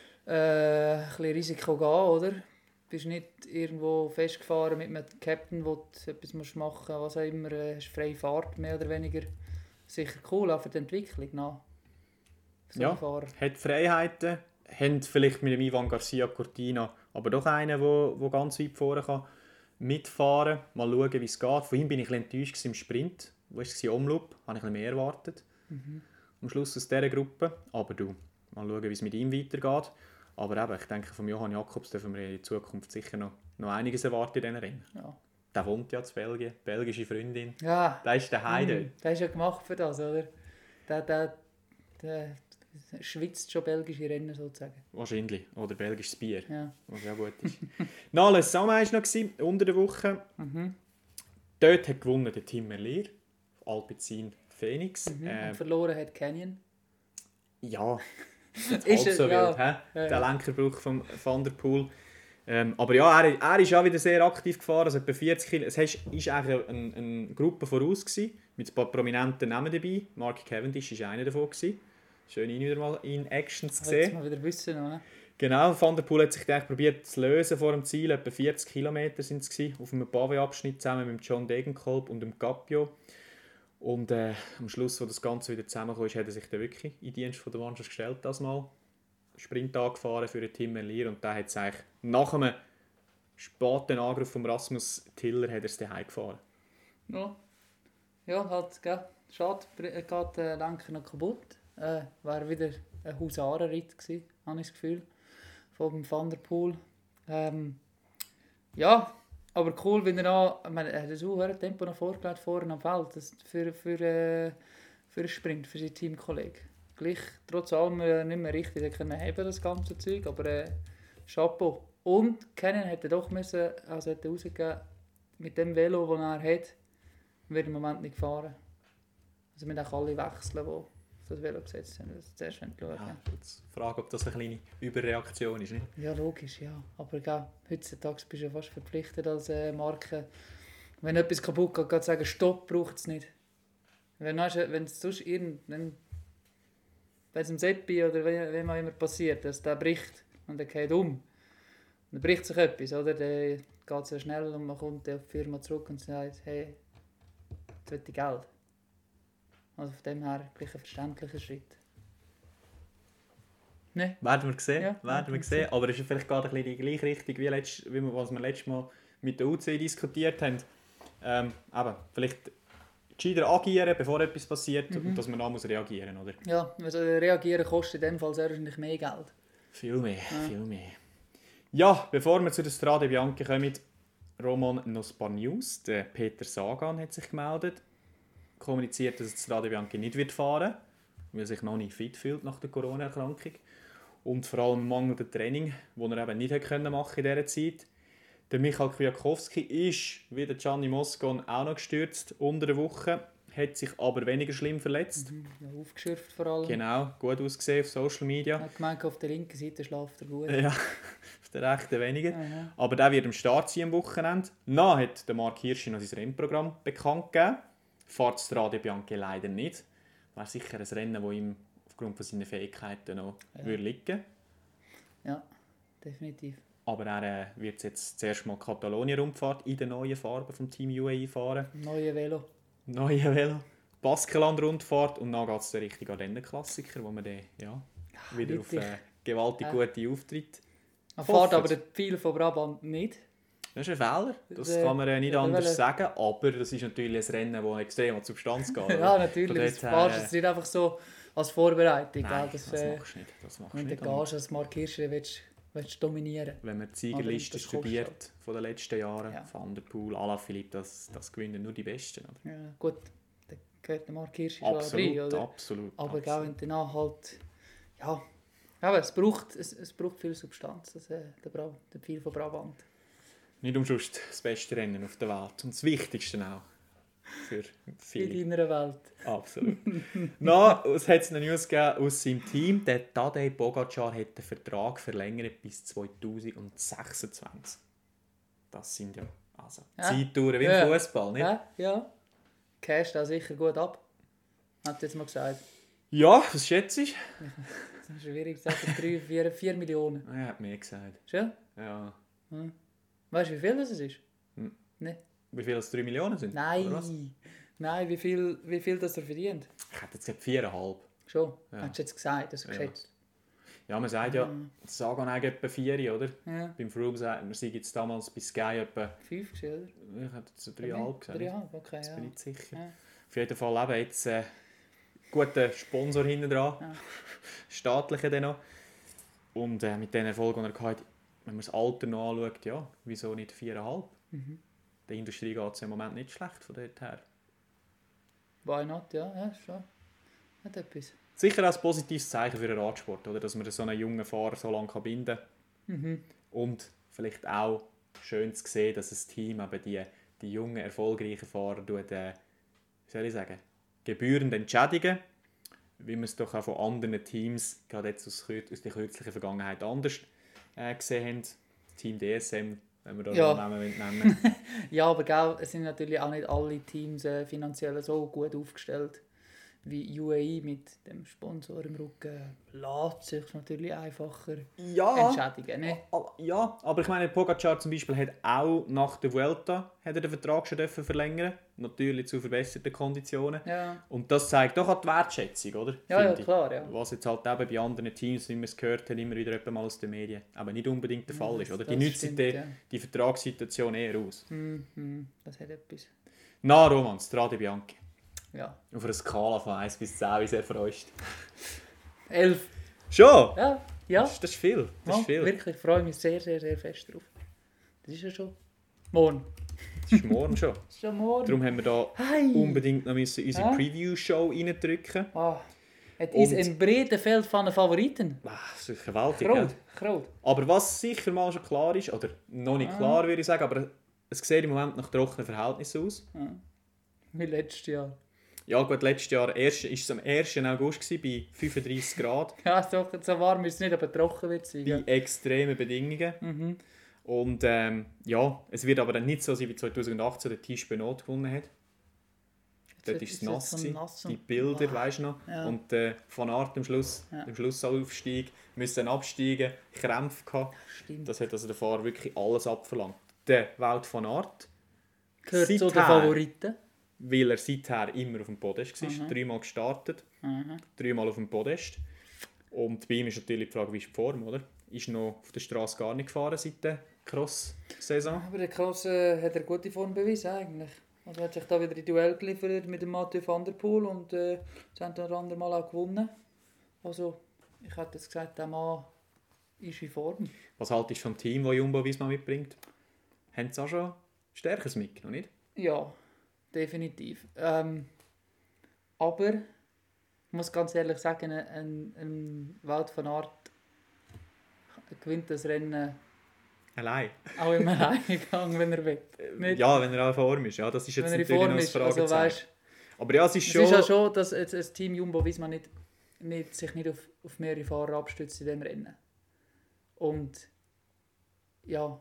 bisschen Risiko gehen, oder? Du bist nicht irgendwo festgefahren mit einem Captain, wo du etwas machen musst, was auch immer. Hast freie Fahrt, mehr oder weniger. Sicher cool, auch für die Entwicklung. Nach so Ja, einem Fahrer. hat Freiheiten, haben vielleicht mit dem Ivan Garcia Cortina, aber doch einen, der ganz weit vorne kann mitfahren. Mal schauen, wie es geht. Von ihm bin ich ein bisschen enttäuscht im Sprint. Wo war es? Omloop. Habe ich ein bisschen mehr erwartet. Am Schluss aus dieser Gruppe. Aber du, mal schauen, wie es mit ihm weitergeht. Aber eben, ich denke, von Johann Jakobs dürfen wir in Zukunft sicher noch einiges erwarten in diesen Rennen. Ja. Der wohnt ja in Belgien, belgische Freundin. Ja. Der ist daheim dort. Der ist ja gemacht für das, oder? Der schwitzt schon belgische Rennen sozusagen. Wahrscheinlich. Oder belgisches Bier. Ja. Was ja gut ist. Nahles Sama war noch unter der Woche. Dort hat gewonnen der Tim Merlier. Alpecin Phoenix. Und verloren hat Canyon. Ja, jetzt Ist halb so er, ja. wild. He? Ja. Der Lenkerbruch von Van der Poel. Aber ja, er ist auch wieder sehr aktiv gefahren. Also etwa 40 Kilo. Es war eigentlich eine Gruppe voraus gewesen, mit ein paar prominenten Namen dabei. Mark Cavendish war einer davon gewesen. Schön, ihn wieder mal in Action zu Jetzt sehen. mal wieder wissen noch, ne? Genau, Van der Poel hat sich probiert zu lösen vor dem Ziel. Etwa 40 Kilometer sind es gewesen, auf einem Pavé-Abschnitt zusammen mit John Degenkolb und dem Capio. Und am Schluss, wo das Ganze wieder zusammengekommen ist, hat er sich dann wirklich in den Dienst der Mannschaft gestellt. Das Mal Sprint angefahren für den Tim Merlier und der hat es eigentlich nach einem späten Angriff von Rasmus Tiller hat er es daheim gefahren. Ja, halt, gell? Schade, geht der Lenker noch kaputt. Wäre wieder ein Husarenritt gewesen, habe ich das Gefühl, vom Van der Poel. Ja, aber cool, wenn er auch, ich meine, er hat so ein Tempo noch vorgelegt vorne am Feld, das für einen Sprint, für seinen Teamkollegen. Gleich, trotz allem nicht mehr richtig können heben, das ganze Zeug, aber Chapeau. Und Canyon hätte doch müssen, also hätte rausgegeben, mit dem Velo, das er hat, wird im Moment nicht fahren. Also wir müssen auch alle wechseln, die auf das Velo gesetzt sind. Das ist zuerst schauen. Ja, jetzt frage, ob das eine kleine Überreaktion ist. Nicht? Ja, logisch, ja. Aber gell, heutzutage bist du ja fast verpflichtet als Marke. Wenn etwas kaputt geht, zu sagen, Stopp, braucht es nicht. Wenn es sonst wenn es im Seppi oder wenn auch immer passiert, dass der bricht und der geht um, und dann bricht sich etwas, oder? Dann geht es ja schnell und man kommt dann auf die Firma zurück und sagt, hey, jetzt will ich Geld. Also von dem her gleich ein verständlicher Schritt. Ne? Werden wir sehen, Ja, werden wir sehen. Aber es ist vielleicht gerade ein bisschen die gleiche Richtung, was wir letztes Mal mit der UCI diskutiert haben. Aber vielleicht gescheiter agieren, bevor etwas passiert und dass man dann reagieren muss, oder? Ja, also reagieren kostet in dem Fall sehr wahrscheinlich mehr Geld. Viel mehr, viel mehr. Ja, bevor wir zu der Strade Bianca kommen, Roman, noch ein paar News. Der Peter Sagan hat sich gemeldet, kommuniziert, dass er die Strade Bianca nicht wird fahren wird, weil er sich noch nicht fit fühlt nach der Corona-Erkrankung. Und vor allem mangelnde Training, das er eben nicht machen konnte in dieser Zeit. Der Michal Kwiatkowski ist, wie der Gianni Moscon, auch noch gestürzt unter der Woche, hat sich aber weniger schlimm verletzt. Ja, aufgeschürft vor allem. Genau, gut ausgesehen auf Social Media. Er hat gemeint, auf der linken Seite schläft er gut. Ja, auf der rechten weniger. Aha. Aber der wird am Start sein am Wochenende. Dann hat der Mark Hirschi noch sein Rennprogramm bekannt gegeben. Fahrt Strade Bianca leider nicht. Wäre sicher ein Rennen, das ihm aufgrund von seinen Fähigkeiten noch würde liegen. Ja, definitiv. Aber er wird jetzt zuerst mal Katalonien-Rundfahrt in den neuen Farben vom Team UAE fahren. Neue Velo. Neue Velo. Baskenland-Rundfahrt und dann geht es richtig an den Klassiker, wo man dann wieder wirklich. auf gewaltig gute Auftritt. Er fährt aber den Pfeil von Brabant nicht. Das ist ein Fehler, das kann man nicht anders sagen, aber das ist natürlich ein Rennen, das extrem an die Substanz geht. Ja, natürlich. Das fährst es nicht einfach so als Vorbereitung. Nein, das machst du nicht. Das machst du wenn du nicht. gehst als Mark Hirschi, willst du dominieren. Wenn man die Siegerliste das kostet studiert halt. von den letzten Jahren, Ja. Van der Poel, Alaphilippe, das gewinnen nur die Besten. Oder? Ja, gut, dann gehört der Mark Hirschi schon Absolut, rein, oder? absolut. Aber absolut. gell, wenn danach halt... Ja, aber es braucht viel Substanz, der Pfeil von Brabant. Nicht umsonst das beste Rennen auf der Welt und das Wichtigste auch für viele. In deiner Welt. Absolut. Es hat eine News gegeben aus seinem Team. Der Tadej Pogacar hat den Vertrag verlängert bis 2026. Das sind ja Zeitdauern wie im Fußball, nicht? Ja. Cash da sicher gut ab. Hat jetzt mal gesagt. Ja, was schätzt du? Das ist schwierig zu sagen. 4 Millionen. Er hat mehr gesagt. Schon? Ja. Weißt du, wie viel das ist? Nein. Wie viel das 3 Millionen sind? Nein. Oder was? Nein, wie viel das er verdient? Ich hätte jetzt gesagt 4,5. Schon? Ja. Hättest du jetzt gesagt, das geschätzt. Ja, man sagt ja, Sagan eigentlich etwa 4, oder? Ja. Beim Froome sagt man, sei jetzt damals bei Sky etwa, 5 gewesen, oder? ich hätte jetzt 3,5 gesagt. 3,5, okay, Jetzt ja. bin ich nicht sicher. Ja. Auf jeden Fall eben jetzt guter Sponsor hinten dran. Ja. Staatliche dann noch. Und mit den Erfolgen, die er hatte, wenn man das Alter noch anschaut, ja, wieso nicht 4,5? Der Industrie geht es im Moment nicht schlecht von dort her. Why not? Ja, schon. Hat etwas. Sicher auch ein positives Zeichen für den Radsport, oder? Dass man so einen jungen Fahrer so lange binden kann. Und vielleicht auch schön zu sehen, dass das Team eben die jungen, erfolgreichen Fahrer wie soll ich sagen, gebührend entschädigen, wie wir es doch auch von anderen Teams, gerade jetzt aus der kürzlichen Vergangenheit, anders gesehen haben. Team DSM, wenn wir da Ja. Namen nennen. Ja, aber gell, es sind natürlich auch nicht alle Teams finanziell so gut aufgestellt wie UAE mit dem Sponsor im Rücken. Lässt sich natürlich einfacher entschädigen. Ne? Ja, aber ich meine, Pogacar zum Beispiel hat auch nach der Vuelta hat er den Vertrag schon verlängern, natürlich zu verbesserten Konditionen. Ja, Und das zeigt doch auch die Wertschätzung, oder? ja, Finde ich. klar. Ja. Was jetzt halt eben bei anderen Teams, wie wir es gehört haben, immer wieder etwa mal aus den Medien, aber nicht unbedingt der Fall ist, oder? Die das nützen stimmt, die Vertragssituation eher aus. Das hat etwas. Na, Roman, Strade Bianchi. Ja. Auf einer Skala von 1 bis 10, wie sehr freust 11. Schon? Ja, ja. Das ist viel. Das Ja, ist viel. wirklich, ich freue mich sehr, sehr, sehr fest drauf. Das ist ja schon morgen. Das ist morgen schon. Das ist schon morgen. Darum haben wir da Hey. unbedingt noch unsere Ja. Preview-Show reindrücken. Het is Und- een brede veld van de favorieten. Das ist gewaltig, Groot, gell? groot. Aber was sicher mal schon klar ist, oder noch nicht klar würde ich sagen, aber es sieht im Moment nach trockenen Verhältnissen aus. Wie letztes Jahr. Ja gut, letztes Jahr war es am 1. August gewesen, bei 35 Grad, Ja, so warm ist es nicht, aber trocken wird es sein. bei Ja. extremen Bedingungen. Und ja, es wird aber dann nicht so sein wie 2018, der Tisch Benot gewonnen hat. Dort war es nass, so gewesen, nass die und- Bilder, weißt du noch. Ja. Und Van Aert am Schluss, im Schlussaufstieg, müssen absteigen, Krämpfe gehabt. Stimmt. Das hat also der Fahrer wirklich alles abverlangt. Der Wout van Aert, Gehört zu den seither- Favoriten. weil er seither immer auf dem Podest war, 3-mal gestartet, 3-mal auf dem Podest. Und bei ihm ist natürlich die Frage, wie ist die Form, oder? Ist noch auf der Straße gar nicht gefahren seit der Cross-Saison. Aber der Cross hat er gute Form bewiesen eigentlich. Also er hat sich da wieder in Duell geliefert mit dem Mathieu van der Poel und sie haben dann andere Mal auch gewonnen. Also ich hätte jetzt gesagt, der Mann ist in Form. Was haltest du vom Team, das Jumbo-Visma mitbringt? Haben sie auch schon Stärkeres mitgenommen, nicht? Ja, definitiv. Aber ich muss ganz ehrlich sagen, ein Wout van Aert gewinnt das Rennen Allein. auch im Alleingang, wenn er will. Nicht, Ja, wenn er auch in Form ist. Ja, das ist jetzt wenn er in natürlich Form noch ein ist. Also, Fragezeichen. weißt, Aber ja, es ist es schon... ist ja schon, dass jetzt ein Team Jumbo-Visma sich nicht auf mehrere Fahrer abstützt in diesem Rennen. Und ja,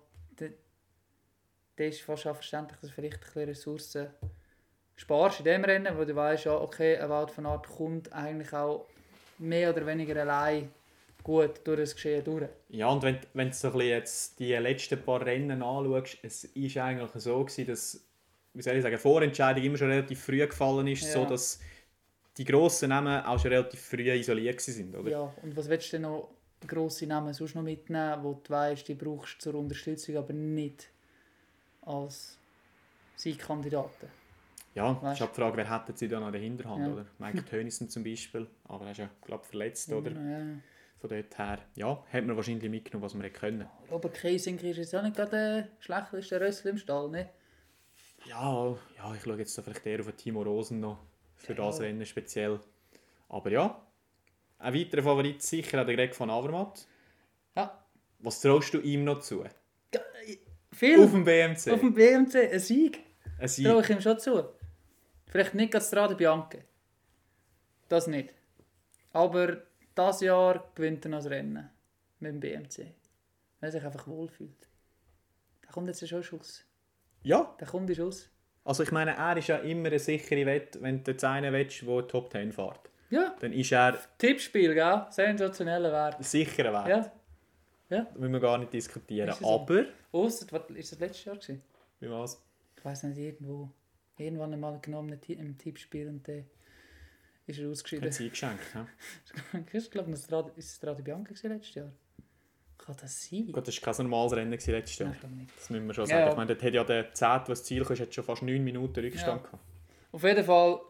da ist fast auch verständlich, dass du vielleicht ein bisschen Ressourcen sparst in diesem Rennen, wo du weißt, ja, okay, ein Wout van Aert kommt eigentlich auch mehr oder weniger allein gut durch das Geschehen durch. Ja, und wenn du so ein bisschen jetzt die letzten paar Rennen anschaust, es war eigentlich so gewesen, dass, wie soll ich sagen, Vorentscheidung immer schon relativ früh gefallen ist, Ja. so dass die grossen Namen auch schon relativ früh isoliert sind, oder? Ja, und was willst du denn noch grosse Namen sonst noch mitnehmen, wo du weißt, die brauchst du zur Unterstützung, aber nicht als Siegkandidaten? Ja, es Weißt- ist auch die Frage, wer hätten sie da noch in der Hinterhand, Ja. oder? Michael Tönnissen zum Beispiel, aber er ist ja, glaube ich, verletzt, oder? Ja. Von dort her, ja, hat man wahrscheinlich mitgenommen, was man hätte können. Robert Keisinker ist jetzt auch nicht gerade der schlechteste Rössel im Stall, ne? Ja, ich schaue jetzt so vielleicht eher auf den Timo Rosen noch, für Ja. das Rennen speziell. Aber ja, ein weiterer Favorit sicher auch der Greg van Avermaet. Ja. Was traust du ihm noch zu? Viel Auf dem BMC? auf dem BMC, ein Sieg, Ein Sieg. traue ich ihm schon zu. Vielleicht nicht gerade Strade Bianche. Das nicht. Aber dieses Jahr gewinnt er noch das Rennen mit dem BMC. Weil er sich einfach wohlfühlt. Da kommt jetzt schon ein Schuss. Ja, Da kommt ein Schuss. also ich meine, er ist ja immer eine sichere Wette, wenn du jetzt einen willst, der Top 10 fährt. Ja, Dann ist er Tippspiel, gell? Sensationeller Wert. ein sicherer Wert. Ja. Ja. Da müssen wir gar nicht diskutieren. Ist es so? Aber, Ausser, was ist das letztes Jahr gewesen? wie was? Ich weiß nicht, irgendwann einmal genommen im Tippspiel und dann ist er ausgeschieden. Hat sie geschenkt. Ja? Ich glaube, es war Strade Bianca gewesen letztes Jahr. Kann das sein? Gut, das war kein normales Rennen gewesen letztes Jahr. Nein, ich glaube nicht. Das müssen wir schon Ja, sagen. ja. Ich meine, dort hat ja der 10., was das Ziel kam, hat schon fast 9 Minuten Rückstand Ja. gehabt. Auf jeden Fall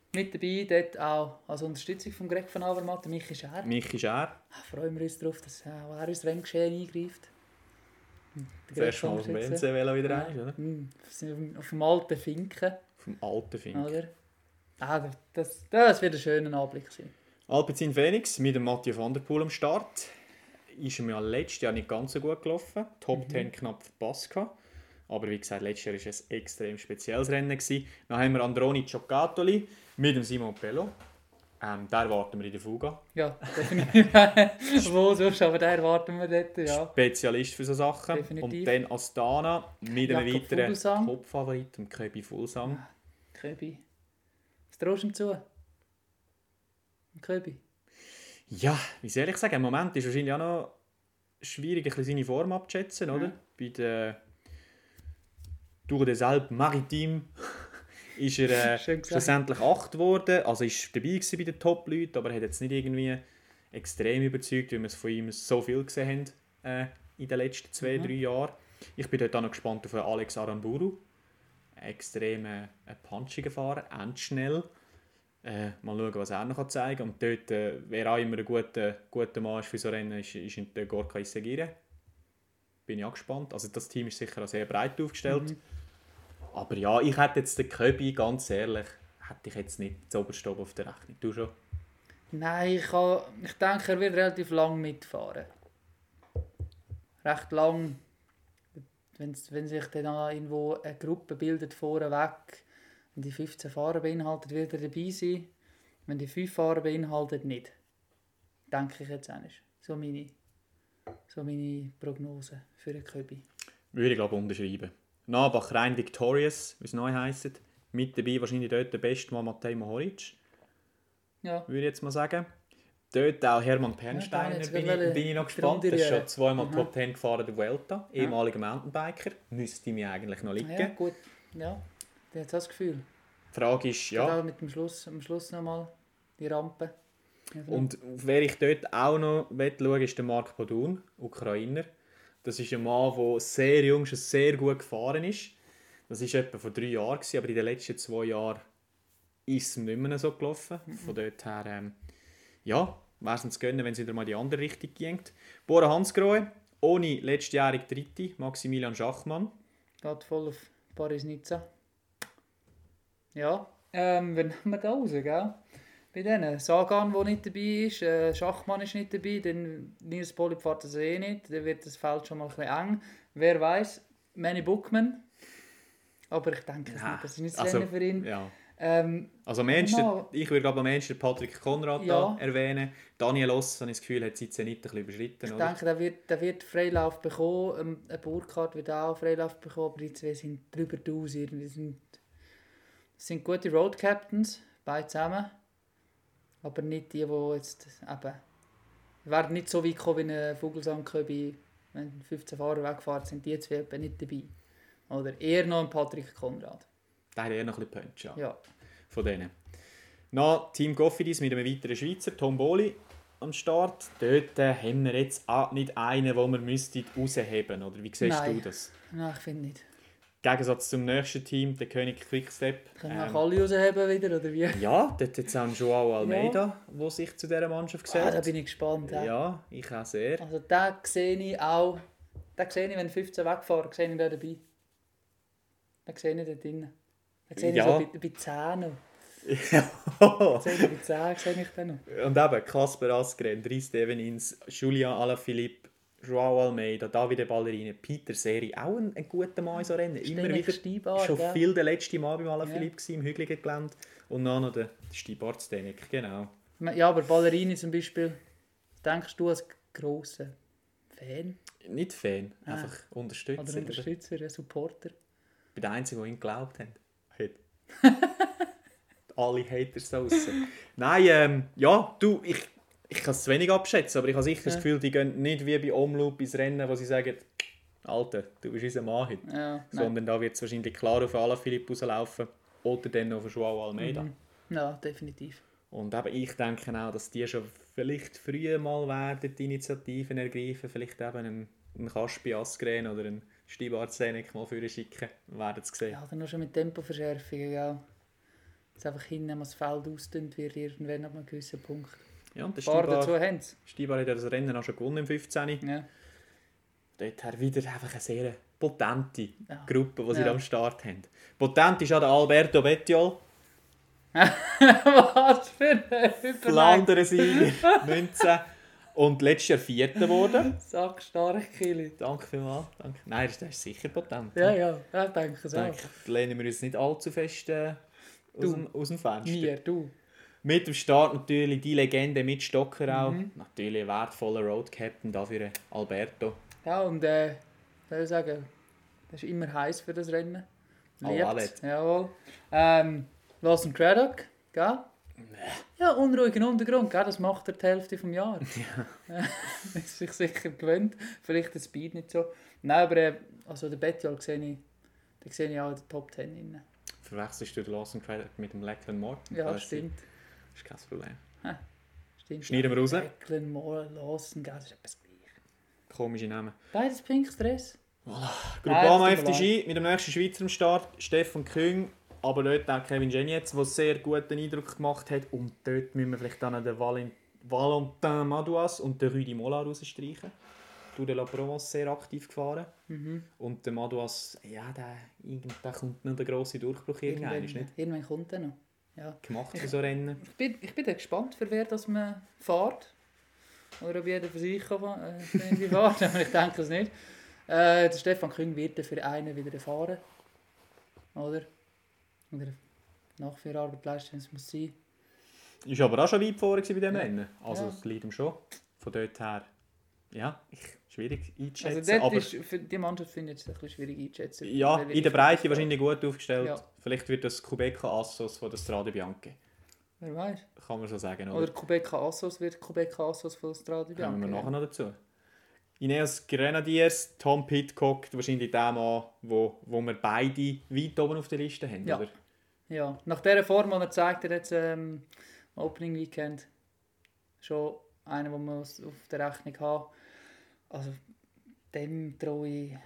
Mit dabei, dort auch als Unterstützung von Greg van Avermaet, Michi Schär. Michi Schär. Freuen wir uns darauf, dass auch er ins Renngeschehen eingreift. Zuerst mal auf dem WNC-Velo wieder rein, oder? Auf dem alten Finken. Vom alten Fink. Oder? Das wird ein schöner Anblick sein. Alpecin Phoenix mit dem Mathieu van der Poel am Start. Ist ihm ja letztes Jahr nicht ganz so gut gelaufen. Top 10 knapp verpasst gehabt. Aber wie gesagt, letztes Jahr war es ein extrem spezielles Rennen. Dann haben wir Androni Giocattoli mit dem Simon Pello. Da erwarten wir in der Fuga. Ja, definitiv. Wo sonst, aber da erwarten wir dort, ja. Spezialist für solche Sachen. Definitiv. Und dann Astana mit einem Jakob weiteren Fuglsang. Top-Favorit, dem Köbi Fuglsang. Köbi. Was traust du ihm zu? Köbi. Ja, wie soll ich sagen, im Moment ist es wahrscheinlich auch noch schwierig, ein bisschen seine Form abzuschätzen, oder? Bei der Tour des Alpes Maritimes ist er schlussendlich 8 geworden. Also ist dabei gewesen bei den Top-Leuten, aber er hat jetzt nicht irgendwie extrem überzeugt, wie wir es von ihm so viel gesehen haben in den letzten 2-3 Jahren. Ich bin dort auch noch gespannt auf Alex Aramburu. Extrem punchiger Fahrer, endschnell. Mal schauen, was er noch zeigen kann. Und dort, wer auch immer ein guter Mann ist für so Rennen, ist der Gorka Isegire. Bin ich auch gespannt. Also das Team ist sicher auch sehr breit aufgestellt. Aber ja, ich hätte jetzt den Köbi, ganz ehrlich, hätte ich jetzt nicht zuoberst oben auf der Rechnung. Du schon? Nein, ich denke, er wird relativ lang mitfahren. Recht lang. Wenn sich dann auch irgendwo eine Gruppe bildet vorweg, wenn die 15 Fahrer beinhaltet, wird er dabei sein. Wenn die 5 Fahrer beinhaltet, nicht. Denke ich jetzt auch nicht. So meine Prognose für den Köbi. Würde ich glaube unterschreiben. Nabach rein Victorious, wie es neu heisst. Mit dabei wahrscheinlich dort der beste Mann Matej Mohoric. Ja. Würde ich jetzt mal sagen. Dort auch Hermann Pernsteiner, bin ich noch gespannt. Er ist schon zweimal Top 10 gefahren der Vuelta. Ehemaliger Mountainbiker. Müsste mir eigentlich noch liegen. Ja, gut. Ja, der hat das Gefühl. Die Frage ist, ja. Mit am Schluss nochmal die Rampe. Ja, und wer ich dort auch noch schaue, ist der Marc Podun, Ukrainer. Das ist ein Mann, der sehr jung schon sehr gut gefahren ist. Das war etwa vor 3 Jahren, aber in den letzten 2 Jahren ist es nicht mehr so gelaufen. Von dort her, ja, wäre es uns gönnen, wenn es wieder mal in die andere Richtung ging. Bora Hansgrohe, ohne letztjährig Dritte, Maximilian Schachmann. Geht voll auf Paris-Nizza. Ja, wen nehmen wir da raus, gell? Bei denen. Sagan, der nicht dabei ist, Schachmann ist nicht dabei, dann Nils Poli fährt das nicht, dann wird das Feld schon mal ein bisschen eng. Wer weiß, Manny Buchmann. Aber ich denke es nicht, das ist nicht das Rennen für ihn. Ja. Also ich würde glaube am Menschen Patrick Konrad da erwähnen. Daniel Oss, habe ich das Gefühl, hat seine Zenit ein bisschen überschritten. Ich denke, der wird Freilauf bekommen. Ein Burkhardt wird auch Freilauf bekommen, aber die zwei sind drüber aus. Das sind gute Road Captains, beide zusammen. Aber nicht die jetzt eben... Die werden nicht so weit kommen wie ein Vogelsang Köbi. Wenn 15 Fahrer wegfahren, sind die zwei nicht dabei. Oder eher noch ein Patrick Konrad. Der hat eher noch ein bisschen Punch, ja. Von denen. Noch Team Cofidis mit einem weiteren Schweizer, Tom Boli, am Start. Dort haben wir jetzt auch nicht einen, den wir rausheben müssten. Oder wie siehst du das? Nein, ich finde nicht. Im Gegensatz zum nächsten Team, der König Quickstep. Können wir auch alle rausheben wieder, oder wie? Ja, dort hat es auch einen Joao Almeida, der sich zu dieser Mannschaft gesellt. Da bin ich gespannt. Ja, ich auch sehr. Also den sehe ich auch... Den sehe ich, wenn 15 wegfahren, sehe ich da dabei. Den sehe ich da drinnen. Den sehe ich so bei 10 noch. Ja. Bei 10 sehe ich den noch. Und eben, Kasper Asgren, Dries Devenins, Julian Alaphilippe, Joao Almeida, Davide Ballerini, Peter Seri, auch ein guter Mann in so Rennen. Immer wieder Steibar, schon viel der letzte Mal beim Alaphilippe im hügeligen Gelände. Und dann noch der Steibar Zdenek, genau. Ja, aber Ballerini zum Beispiel, denkst du als grosser Fan? Nicht Fan, einfach Unterstützer. Oder Unterstützer, ein Supporter. Ich bin der Einzige, der ihn geglaubt hat. Alle Haters da draussen. Nein, ja, du, ich kann es zu wenig abschätzen, aber ich habe sicher das Gefühl, die gehen nicht wie bei Omloop ins Rennen, wo sie sagen, Alter, du bist unser Mann heute. Ja, sondern da wird es wahrscheinlich klar auf Alaphilippe rauslaufen oder dann auf Joao Almeida. Ja, definitiv. Und eben, ich denke auch, dass die schon vielleicht früher mal werden, die Initiativen ergreifen, vielleicht eben einen Kaspi Asgren oder einen Steibar Zenek mal für schicken, werden es sehen. Ja, dann noch schon mit Tempoverschärfungen, gell? es einfach hinten am Feld ausdünnt wird, irgendwann ab einem gewissen Punkt. Ja, und der Fahrer dazu haben sie. Stibar hat ja das Rennen auch schon gewonnen im 15. Ja. Dort wieder einfach eine sehr potente Ja. Gruppe, die sie Ja. da am Start haben. Potent ist auch der Alberto Bettiol, Was für ein Übergang. Flandern-Sieger 19 und letztes Jahr Vierter geworden. Sackstark, Kili. Danke vielmals. Danke. Nein, das ist sicher potent. Ja, ich denke es Ich auch. denke, lehnen wir uns nicht allzu fest aus dem Fenster. Mir, du. Mit dem Start natürlich die Legende mit Stocker auch. Mhm. Natürlich ein wertvoller Road Captain dafür Alberto. Ja, und soll ich sagen, das ist immer heiß für das Rennen. Liebt. Jawohl. Lawson Craddock, gell? Ja, unruhigen Untergrund, gell? Das macht er die Hälfte vom Jahr. Ja. Ist sich sicher gewöhnt. Vielleicht der Speed nicht so. Nein, aber also der Bettiol sehe ich auch in der Top 10 rein. Verwechselst du den Lawson Craddock mit dem Lachlan Morton? Ja, Das stimmt. ist kein Problem. Stimmt. Schneiden wir raus. Lachlan Lawson, gell? Das ist etwas gleich. Komische Namen. Beides Pink Stress. Groupama das tut mir FDG mit dem nächsten Schweizer am Start. Stefan Küng, aber dort auch Kevin Genietz, der sehr guten Eindruck gemacht hat. Und dort müssen wir vielleicht dann den Valentin Madouas und den Rudi Mola rausstreichen. Tour de la Provence sehr aktiv gefahren. Und der Madouas, ja, der kommt noch der grosse Durchbruch irgendwann, ist nicht Irgendwann kommt er noch. Ja. gemacht für so Rennen. Ich bin gespannt, für wer das man fährt. Oder ob jeder für sich irgendwie fährt, aber ich denke es nicht. Der Stefan Küng wird dann für einen wieder fahren. Oder Nachführarbeit leisten, wenn es muss sein. Ist aber auch schon weit vorne bei diesem Ja. Rennen. Also Ja. es liegt ihm schon. Von dort her, ja, schwierig einzuschätzen. Also dort aber ist, für die Mannschaft finde ich es ein bisschen schwierig einzuschätzen. ja, Welche in der Richtung Breite es wahrscheinlich gut aufgestellt. Ja. Vielleicht wird das Kubeka Assos von der Strade Bianche. Wer weiß. Kann man so sagen, oder? Oder Kubeka Assos wird Kubeka Assos von Strade Bianca. Kommen wir nachher noch dazu. Ineos Grenadiers, Tom Pidcock, wahrscheinlich der Mann, wo wir beide weit oben auf der Liste haben, Ja. oder? Ja, nach dieser Form, die er zeigt hat, jetzt Opening Weekend, schon einer, den wir auf der Rechnung haben. Also, dem traue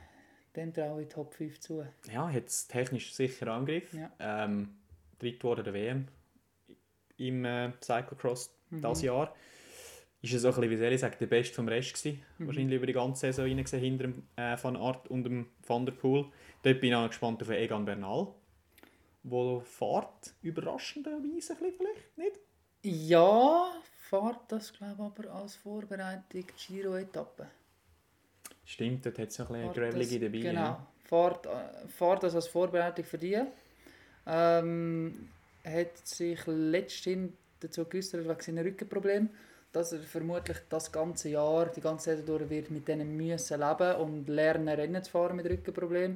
ich Top 5 zu. Ja, hat es technisch sicher Angriff. Ja. Dritt wurde der WM im Cyclocross Mhm. dieses Jahr. Ist es auch ein bisschen, wie soll ich sagen, der Beste vom Rest gewesen. Mhm. Wahrscheinlich über die ganze Saison hingesehen, hinter dem Van Aert und dem Van der Poel. Dort bin ich auch gespannt auf den Egan Bernal, der fährt, überraschenderweise ein bisschen vielleicht, nicht? Ja, fahrt das, glaube ich, aber als Vorbereitung die Giro-Etappe. Stimmt, dort hat es noch ein bisschen Fahrt Gravelige das- dabei. Genau, Ja. fahrt das als Vorbereitung für die. Hat sich letzthin dazu geäußert, wegen seinem Rückenproblem, dass er vermutlich das ganze Jahr, die ganze Saison durch wird mit denen müssen leben und lernen, Rennen zu fahren mit Rückenproblemen.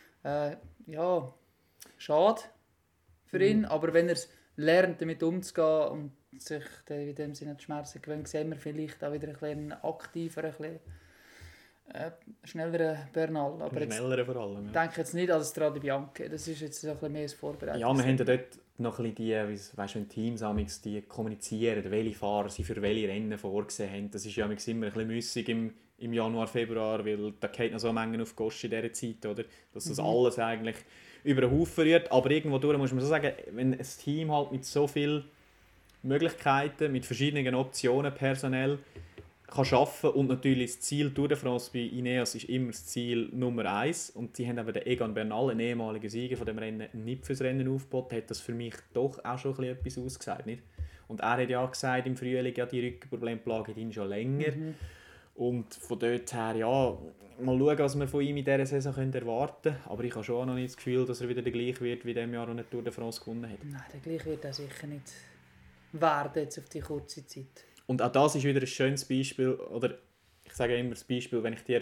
Ja, schade für ihn, aber wenn er es lernt, damit umzugehen und sich dann in dem Sinne die Schmerzen gewöhnt, sehen wir vielleicht auch wieder ein bisschen aktiver, ein bisschen schnelleren Bernal. Aber jetzt Schnellere vor allem. Ja. denke jetzt nicht an das Strade Bianche. Das ist jetzt ein bisschen mehr das Vorbereitung. Ja, wir haben ja dort noch ein bisschen die, weißt du, wenn Teams amigs die kommunizieren, welche Fahrer sie für welche Rennen vorgesehen haben. Das ist ja amigs immer ein bisschen müssig im Januar, Februar, weil da geht noch so Mengen auf die Gosch in dieser Zeit, oder? Dass das alles eigentlich über den Haufen rührt. Aber irgendwo durch muss man so sagen, wenn ein Team halt mit so vielen Möglichkeiten, mit verschiedenen Optionen personell kann arbeiten und natürlich das Ziel Tour de France bei Ineos ist immer das Ziel Nummer 1 und sie haben aber den Egan Bernal, einen ehemaligen Sieger von dem Rennen, nicht fürs Rennen aufgeboten, hat das für mich doch auch schon ein bisschen etwas ausgesagt, nicht? Und er hat ja gesagt im Frühling, ja, die Rückenprobleme plagen ihn schon länger und von dort her, ja, mal schauen, was wir von ihm in dieser Saison erwarten können, aber ich habe schon noch nicht das Gefühl, dass er wieder der gleiche wird, wie in dem Jahr, als er Tour de France gewonnen hat. Nein, der gleich wird er sicher nicht werden jetzt auf die kurze Zeit. Und auch das ist wieder ein schönes Beispiel, oder ich sage immer das Beispiel, wenn ich dir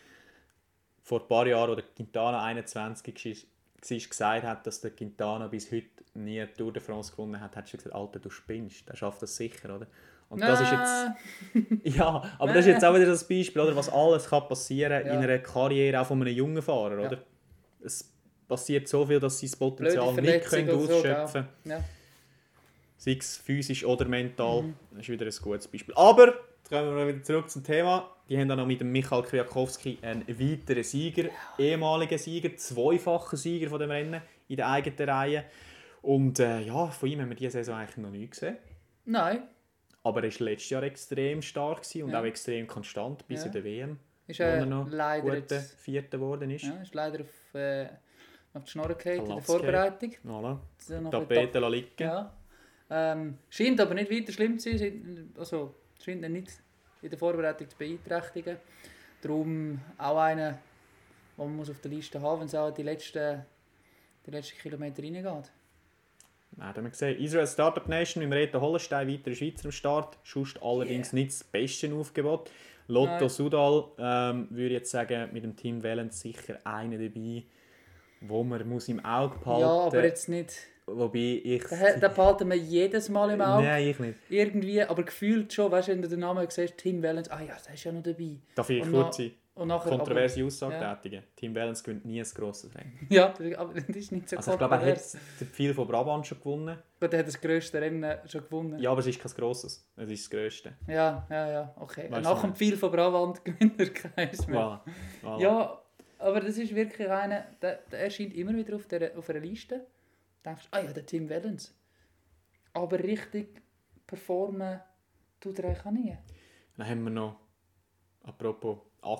vor ein paar Jahren, oder Quintana 21 war, gesagt hat, dass der Quintana bis heute nie die Tour de France gewonnen hat, hättest du gesagt, Alter, du spinnst, der schafft das sicher, oder? Und das ist jetzt, ja, aber das ist jetzt auch wieder das Beispiel, oder, was alles kann passieren in einer Karriere, auch von einem jungen Fahrer, oder? Es passiert so viel, dass sie das Potenzial Blöde nicht Verletzung können oder so, ausschöpfen können. Ja. Sei es physisch oder mental. Das ist wieder ein gutes Beispiel. Aber, jetzt kommen wir wieder zurück zum Thema. Die haben dann noch mit dem Michal Kwiatkowski einen weiteren Sieger, ehemaligen Sieger, zweifachen Sieger von dem Rennen in der eigenen Reihe. Und ja, von ihm haben wir diese Saison eigentlich noch nie gesehen. Nein. Aber er war letztes Jahr extrem stark gewesen und Ja. auch extrem konstant bis Ja. in der WM, Ist wo er noch leider guter jetzt, Vierter geworden ist. ja, ist leider auf die Schnurre gefallen in der Platz Vorbereitung. Voilà. So noch Tapete liegen. Ja. Scheint aber nicht weiter schlimm zu sein. Also, scheint ihn nicht in der Vorbereitung zu beeinträchtigen. Darum auch einer, den man auf der Liste haben muss, wenn es auch die letzten Kilometer reingeht. Nein, da haben wir gesehen. Israel Startup Nation mit Reto Hollenstein, weiterer Schweizer am Start. Sonst allerdings nicht das beste Aufgebot. Lotto Nein. Sudal, würde ich jetzt sagen, mit dem Team Valence sicher einer dabei, wo man muss im Auge behalten Ja, muss. aber jetzt nicht. Wobei ich... Den behalten wir jedes Mal im Auge. Nein, ich nicht. Irgendwie, aber gefühlt schon, weißt du, wenn du den Namen siehst, Tim Wellens, ah ja, der ist ja noch dabei. Darf ich Und kurz Und nachher, kontroverse Aussage ja. tätigen? Team Valence gewinnt nie ein grosses Rennen. Ja, aber das ist nicht so Also ich glaube, er hat kontrovers. den Pfeil von Brabant schon gewonnen. Gut, er hat das grösste Rennen schon gewonnen. Ja, aber es ist kein grosses. Es ist das Grösste. Ja, okay. Weißt Nach du, dem Pfeil von Brabant gewinnt er keins mehr. Voilà. Voilà. Ja, aber das ist wirklich einer, der erscheint immer wieder auf einer Liste. Du denkst, ah ja, der Tim Wellens. Aber richtig performen tut er eigentlich auch nie. Dann haben wir noch, apropos,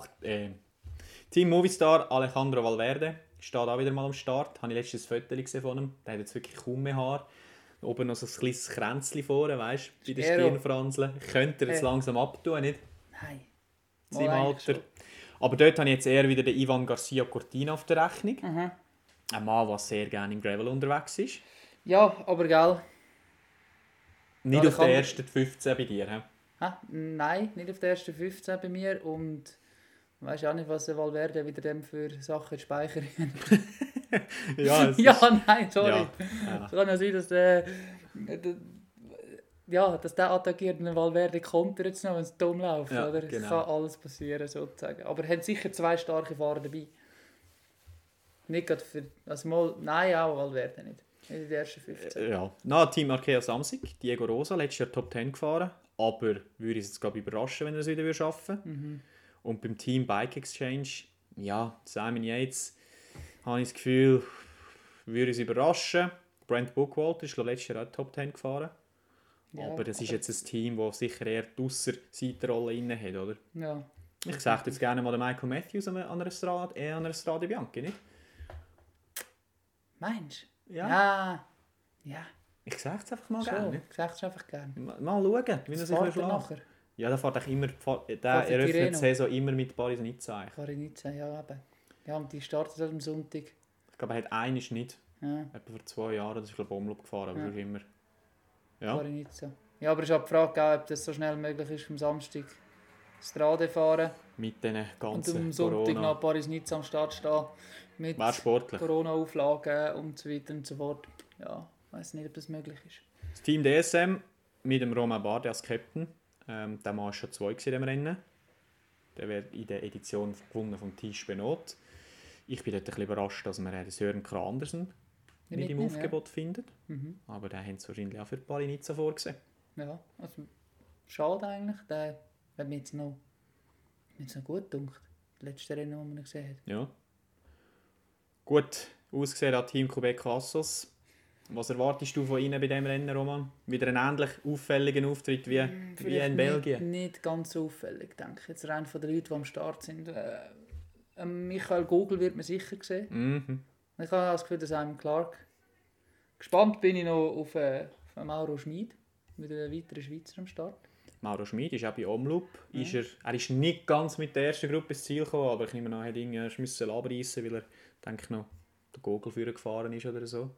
Team Movistar, Alejandro Valverde, steht auch wieder mal am Start. Habe ich letztes Foto gesehen von ihm. Der hat jetzt wirklich kaum mehr Haar. Oben noch so ein kleines Kränzchen vorne, weißt du, bei den Aero. Stirnfranseln. Könnte er jetzt langsam abtun, nicht? Nein. In seinem Mal eigentlich Alter. Aber dort habe ich jetzt eher wieder den Ivan Garcia Cortina auf der Rechnung. Mhm. Ein Mann, der sehr gerne im Gravel unterwegs ist. Ja, aber gell. Nicht Ja, auf den ersten 15 bei dir, he? Nein, nicht auf den ersten 15 bei mir. Und ich weiss auch nicht, was der Valverde wieder dem für Sachen speichern. Ja, es Ja, nein, sorry. Ja. Es kann ja sein, dass dass der attackiert und der Valverde kontert jetzt noch, wenn es dumm läuft. Ja, Oder? genau. Es kann alles passieren, sozusagen. Aber er hat sicher 2 starke Fahrer dabei. Nicht gerade für... Also mal, nein, auch Valverde nicht. Nicht in den ersten 15. Ja. Na, Team Arkea Samsic, Diego Rosa, letztes Jahr Top 10 gefahren. Aber würde es jetzt glaube ich überraschen, wenn er es wieder schaffen würde. Und beim Team Bike Exchange, ja, Simon Yates, habe ich das Gefühl, würde es überraschen. Brent Bookwalter ist glaube ich letztes Jahr auch Top 10 gefahren. Ja, aber das ist jetzt ein Team, das sicher eher die Ausserseiterrolle inne hat, oder? Ja. Ich sage jetzt gerne mal den Michael Matthews an einer Strade Bianchi, nicht? Meinst du? Ja. Ja. Ich sage es einfach mal Schon. gerne. Ich sag's einfach gerne. Mal schauen, wie er Was sich fährt er schlägt. nachher? Ja, der fährt immer, Fährt der der eröffnet Tirreno? die Saison immer mit Paris-Nizza. eigentlich. Kann ich nicht sagen, ja eben. Ja, und die startet am Sonntag. Ich glaube, er hat eines nicht. Ja, Etwa vor 2 Jahren, das ist glaube ich Omloop gefahren, aber Ja. schon immer. Ja, kann ich nicht so. Ja, aber es ist auch die Frage, ob das so schnell möglich ist, am Samstag Strade fahren mit diesen und ganzen am Sonntag Corona. nach Paris-Nizza am Start stehen. Mit Wäre sportlich. Corona-Auflagen und so weiter und so fort. Ja, ich weiß nicht, ob das möglich ist. Das Team DSM mit dem Romain Bardet als Captain. Der Mann war schon 2 in dem Rennen. Der wird in der Edition gewonnen von Tisch Benot. Ich bin dort ein bisschen überrascht, dass man den Sören Krandersen nicht im Aufgebot findet. Mhm. Aber den haben sie wahrscheinlich auch für Paris-Nizza vorgesehen. Ja, also schade eigentlich. Der hat mir jetzt noch gut gedacht. Das letzte Rennen, das man gesehen hat. Ja. Gut ausgesehen hat Team Quebec Assos. Was erwartest du von ihnen bei diesem Rennen, Roman? Wieder einen ähnlich auffälligen Auftritt wie Vielleicht in Belgien? Nicht ganz so auffällig, denke ich. Jetzt rein von den Leuten, die am Start sind. Michael Gogel wird man sicher sehen. Mhm. Ich habe das Gefühl, dass Simon Clark. Gespannt bin ich noch auf Mauro Schmid, mit einem weiteren Schweizer am Start. Mauro Schmid ist auch bei Omloop. Er ist nicht ganz mit der ersten Gruppe ins Ziel gekommen, aber ich nehme an, er musste abreißen, weil er, denke ich, noch den Gogel führen gefahren ist oder so.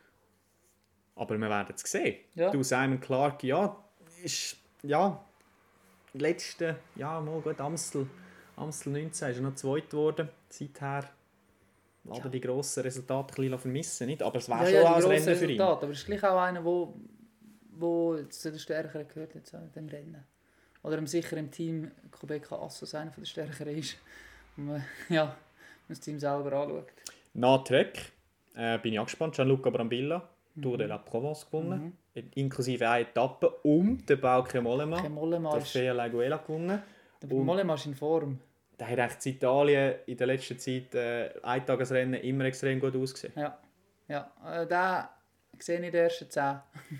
Aber wir werden es sehen. Ja. Du, Simon Clark, ja, ist, ja, letzte, ja, mal gut, Amstel 19 ist er noch Zweiter geworden. Seither lassen die grossen Resultate ein bisschen vermissen, nicht? Aber es wäre schon auch ein Rennen für ihn. Aber es ist gleich auch einer, der zu den Stärkeren gehört jetzt an dem Rennen. Oder sicher im Team Quebec Assos einer der Stärkeren ist. Und man, ja, das Team selber anschaut. Nach Trek bin ich auch gespannt. Gianluca Brambilla, Tour de la Provence gewonnen. Inklusive eine Etappe um den Bauke Mollema. Mollema ist, Trofeo Laiguela gewonnen. der Mollema ist in Form. Der hat eigentlich in Italien in der letzten Zeit Eintagesrennen immer extrem gut ausgesehen. Ja. Der sehe in den ersten 10.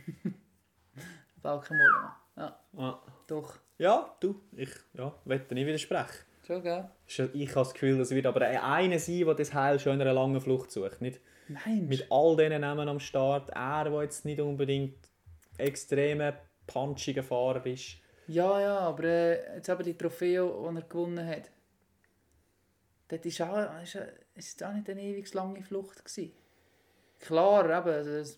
Bauke Mollema. Ja, Ah. doch. Ja, du, ich will nicht widersprechen. Schon, gell? Ich habe das Gefühl, das wird aber einer sein, der das Heil schon in einer langen Flucht sucht. Nicht Nein. mit all diesen Namen am Start. Er, der jetzt nicht unbedingt extreme punchiger Fahrer ist. Ja, aber jetzt eben die Trophäe, die er gewonnen hat. Das ist auch nicht eine ewig lange Flucht gewesen. Klar, eben, also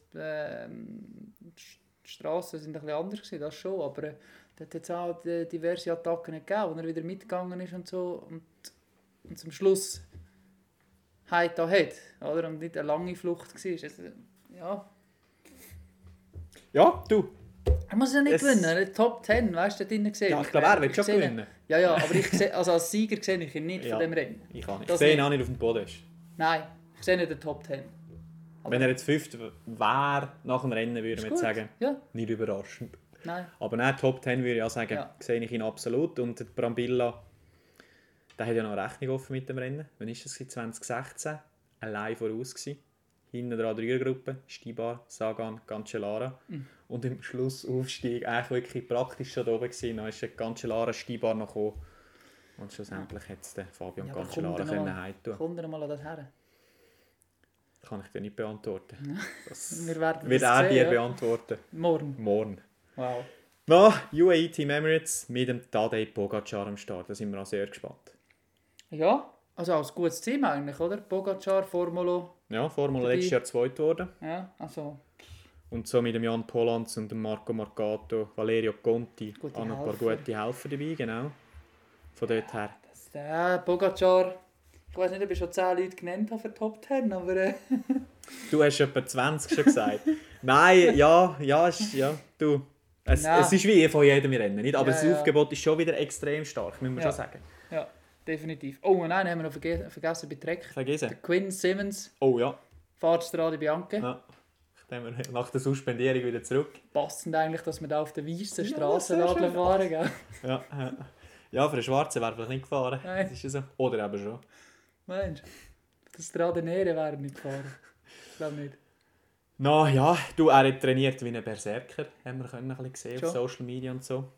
die Strassen sind ein bisschen anders gewesen, das schon, aber dort hat es auch diverse Attacken gegeben, wo er wieder mitgegangen ist und so und zum Schluss Heit da hat, oder? Und nicht eine lange Flucht war. Also, ja. Ja, du. Er muss ja nicht gewinnen, die Top 10, weißt du, da drinnen gesehen. Ja, ich glaube, er wird schon gewinnen. Ja, aber also als Sieger sehe ich ihn nicht von dem Rennen. Ich auch nicht. Ich Das sehe ihn nicht. auch nicht auf dem Podest. Nein, ich sehe nicht den Top 10. Wenn er jetzt 5. wäre nach dem Rennen, würde man jetzt sagen, Ja, nicht überraschend. nein. Aber nein, Top 10 würde ich auch sagen, Ja. sehe ich ihn absolut. Und der Brambilla, der hat ja noch eine Rechnung offen mit dem Rennen. Wann war das? 2016. Allein voraus gewesen. Hinten dran 3er-Gruppe, Stibar, Sagan, Cancellara. Und im Schlussaufstieg eigentlich wirklich praktisch schon da oben gewesen. Dann ist der Cancellara, Stibar noch gekommen. Und schlussendlich hat es den Fabian aber Cancellara können heimtun. Kommt er mal an das her? Kann ich dir nicht beantworten. Das Wir werden wird das er sehen, dir ja. beantworten. Morgen. Morgen. Wow. Na, UAE Team Emirates mit dem Tadej Pogacar am Start. Da sind wir auch sehr gespannt. Ja, also als gutes Team eigentlich, oder? Pogacar, Formolo. Ja, Formel Dabei. letztes Jahr zweit geworden. Ja, also Und so mit dem Jan Polans und dem Marco Marcato, Valerio Conti, Gute auch noch ein paar Helfer. gute Helfer dabei, genau. Von dort her. der Pogacar, ich weiß nicht, ob ich schon 10 Leute genannt habe für Top 10, aber Du hast etwa 20 schon gesagt. Nein, ja, du. Es ist wie von jedem Rennen, nicht? Aber Ja, das ja. Aufgebot ist schon wieder extrem stark, müssen wir Ja. schon sagen. ja, definitiv. Oh nein, haben wir noch vergessen bei Trek. Vergessen. Der Quinn Simmons, Oh ja. Fahrtstrade Bianche. Ja. Dann sind wir nach der Suspendierung wieder zurück. Passend eigentlich, dass wir da auf der weißen Ja, Straße sehr schön. fahren, gell? Ja, ja, für den Schwarzen wäre vielleicht nicht gefahren. Nein. Das ist ja so. Oder eben schon. Mensch, das Stradenere wäre nicht gefahren. Ich glaube nicht. Na ja, du, er hat trainiert wie ein Berserker, haben wir ein bisschen gesehen Schon. auf Social Media und so.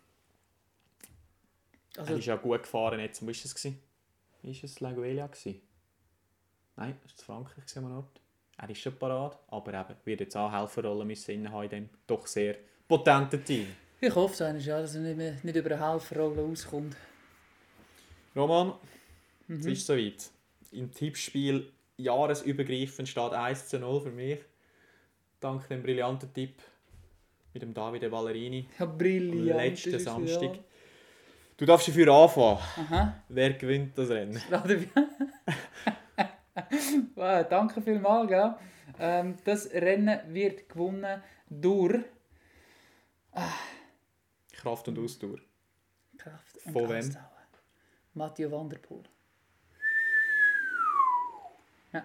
Also, Er ist ja gut gefahren jetzt. Wo war es? War es Laguelia? Nein, das war Frankreich am Ort. Er ist schon parat, aber eben wird jetzt auch Helferrolle müssen in dem doch sehr potenten Team. ich hoffe es eigentlich, ja, dass er nicht über eine Helferrolle auskommt. Roman, es ist soweit. Im Tippspiel jahresübergreifend steht 1:0 für mich. Dank dem brillanten Tipp mit dem Davide Ballerini Ja, brillant. letzten das ist Samstag. Ja. Du darfst dafür anfangen. Aha. Wer gewinnt das Rennen? Strade wow, danke vielmals, gell? Das Rennen wird gewonnen durch Kraft und Ausdauer. Kraft und Von wem? Ausdauer. Mathieu van der Poel. Ja.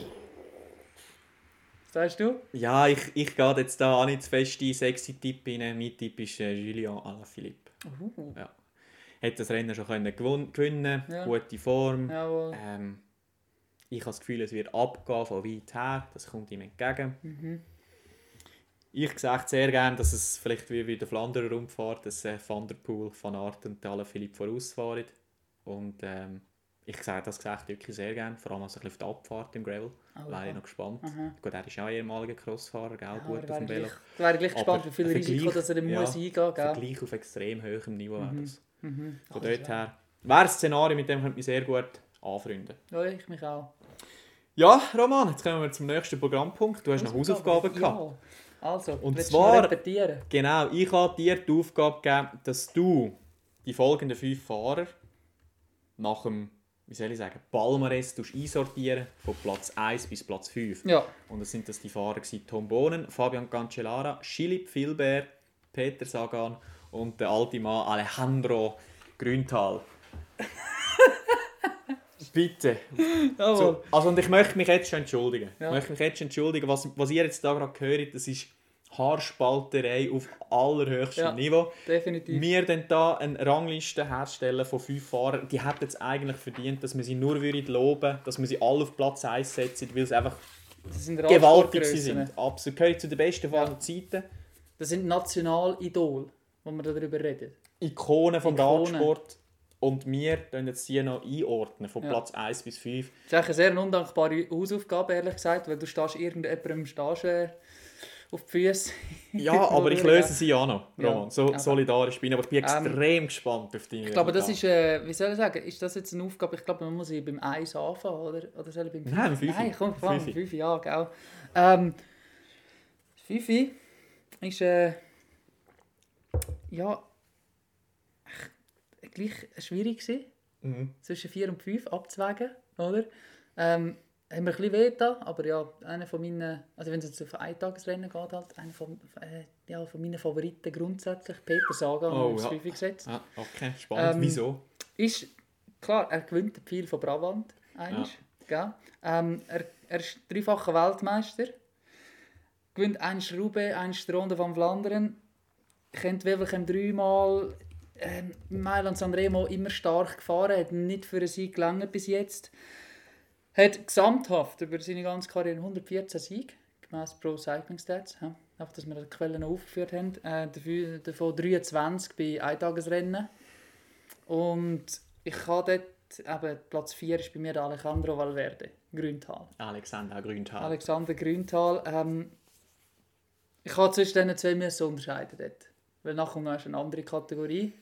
Was sagst du? Ja, ich gehe jetzt da auch nicht zu fest in sexy Tipp rein. Mein Tipp ist Julien Alaphilippe. Ja. Hat das Rennen schon gewinnen, Ja. gute Form. Jawohl. Ich habe das Gefühl, es wird abgehen von weit her. Das kommt ihm entgegen. Ich sage sehr gerne, dass es vielleicht wie der Flanderer Rundfahrt, dass Van der Poel, Van Aert und Alaphilippe vorausfahren. Und ich sage das gesagt wirklich sehr gerne, vor allem also ein bisschen auf die Abfahrt im Gravel. Oh, Wäre ich ja. noch gespannt. Aha. Gut, er ist auch ehemaliger Crossfahrer, gell? Ja, Gut auf dem Velo. Ich wäre gleich gespannt, Aber wie viel ein Risiko Vergleich- dass er dann muss eingehen muss. Vergleich auf extrem hohem Niveau wäre das. Von Also, dort her wäre ein Szenario, mit dem könnte ich mich sehr gut anfreunden. Ja, ich mich auch. Ja, Roman, jetzt kommen wir zum nächsten Programmpunkt. Du hast noch Hausaufgaben gehabt. Ja. Also, Und willst zwar- du noch repetieren? Genau, ich habe dir die Aufgabe gegeben, dass du die folgenden 5 Fahrer nach dem, wie soll ich sagen, Palmares einsortieren von Platz 1 bis Platz 5. Ja. Und das sind die Fahrer gewesen, Tom Bonen, Fabian Cancellara, Philipp Filbert, Peter Sagan und der alte Mann Alejandro Grünthal. Bitte. Jawohl. So, also, und ich möchte mich jetzt schon entschuldigen. Ja. Ich möchte mich jetzt schon entschuldigen, was ihr jetzt da gerade hört, das ist Haarspalterei auf allerhöchstem Ja. Niveau. Definitiv. Wir dann da eine Rangliste herstellen von 5 Fahrern, die hätten es eigentlich verdient, dass wir sie nur loben würden, dass wir sie alle auf Platz 1 setzen, weil es einfach Das sind gewaltig Radsportgrössen. sind. Absolut. Gehört zu den besten von allen Zeiten. Das sind Nationalidole, wo wir darüber reden. Ikonen vom Ikonen. Radsport. Und wir können jetzt hier noch einordnen, von Platz 1 bis 5. Das ist eigentlich eine sehr undankbare Hausaufgabe, ehrlich gesagt, weil du stehst irgendjemandem auf die Füße. Ja, aber ich löse sie auch noch, Roman. Ja. So solidarisch bin ich. Aber ich bin extrem gespannt auf deine. Ich glaube, das ist, wie soll ich sagen, ist das jetzt eine Aufgabe? Ich glaube, man muss beim 1 anfangen, oder soll ich beim 5? Nein, 5. Nein, komm, fang 5, ja, gell. 5 ist, ja, gleich schwierig gewesen, zwischen 4 und 5 abzuwägen, oder? Haben wir ein bisschen weh getan, aber ja, einer von meinen, also wenn es jetzt auf Eintagesrennen geht, halt, einer von meinen Favoriten grundsätzlich, Peter Sagan, aufs 5 gesetzt. Ah, okay, spannend. Wieso? Ist, klar, er gewinnt den Pfeil von Brabant, gell? Er ist dreifacher Weltmeister, gewinnt einen Roubaix, einen Ronde van Vlaanderen, kennt Wevelgem 3-mal, Mailand Sanremo immer stark gefahren, hat nicht für einen Sieg gelangt bis jetzt. Hat gesamthaft über seine ganze Karriere 114 Siege, gemäss Pro Cycling Stats. Einfach, dass wir die Quellen noch aufgeführt haben. Davon 23 bei Eintagesrennen. Und ich habe dort, Platz 4 ist bei mir der Alejandro Valverde, Grüntal. Alexander Grüntal. Ich habe zwischen diesen zwei müssen unterscheiden dort. Weil nachher noch ist eine andere Kategorie.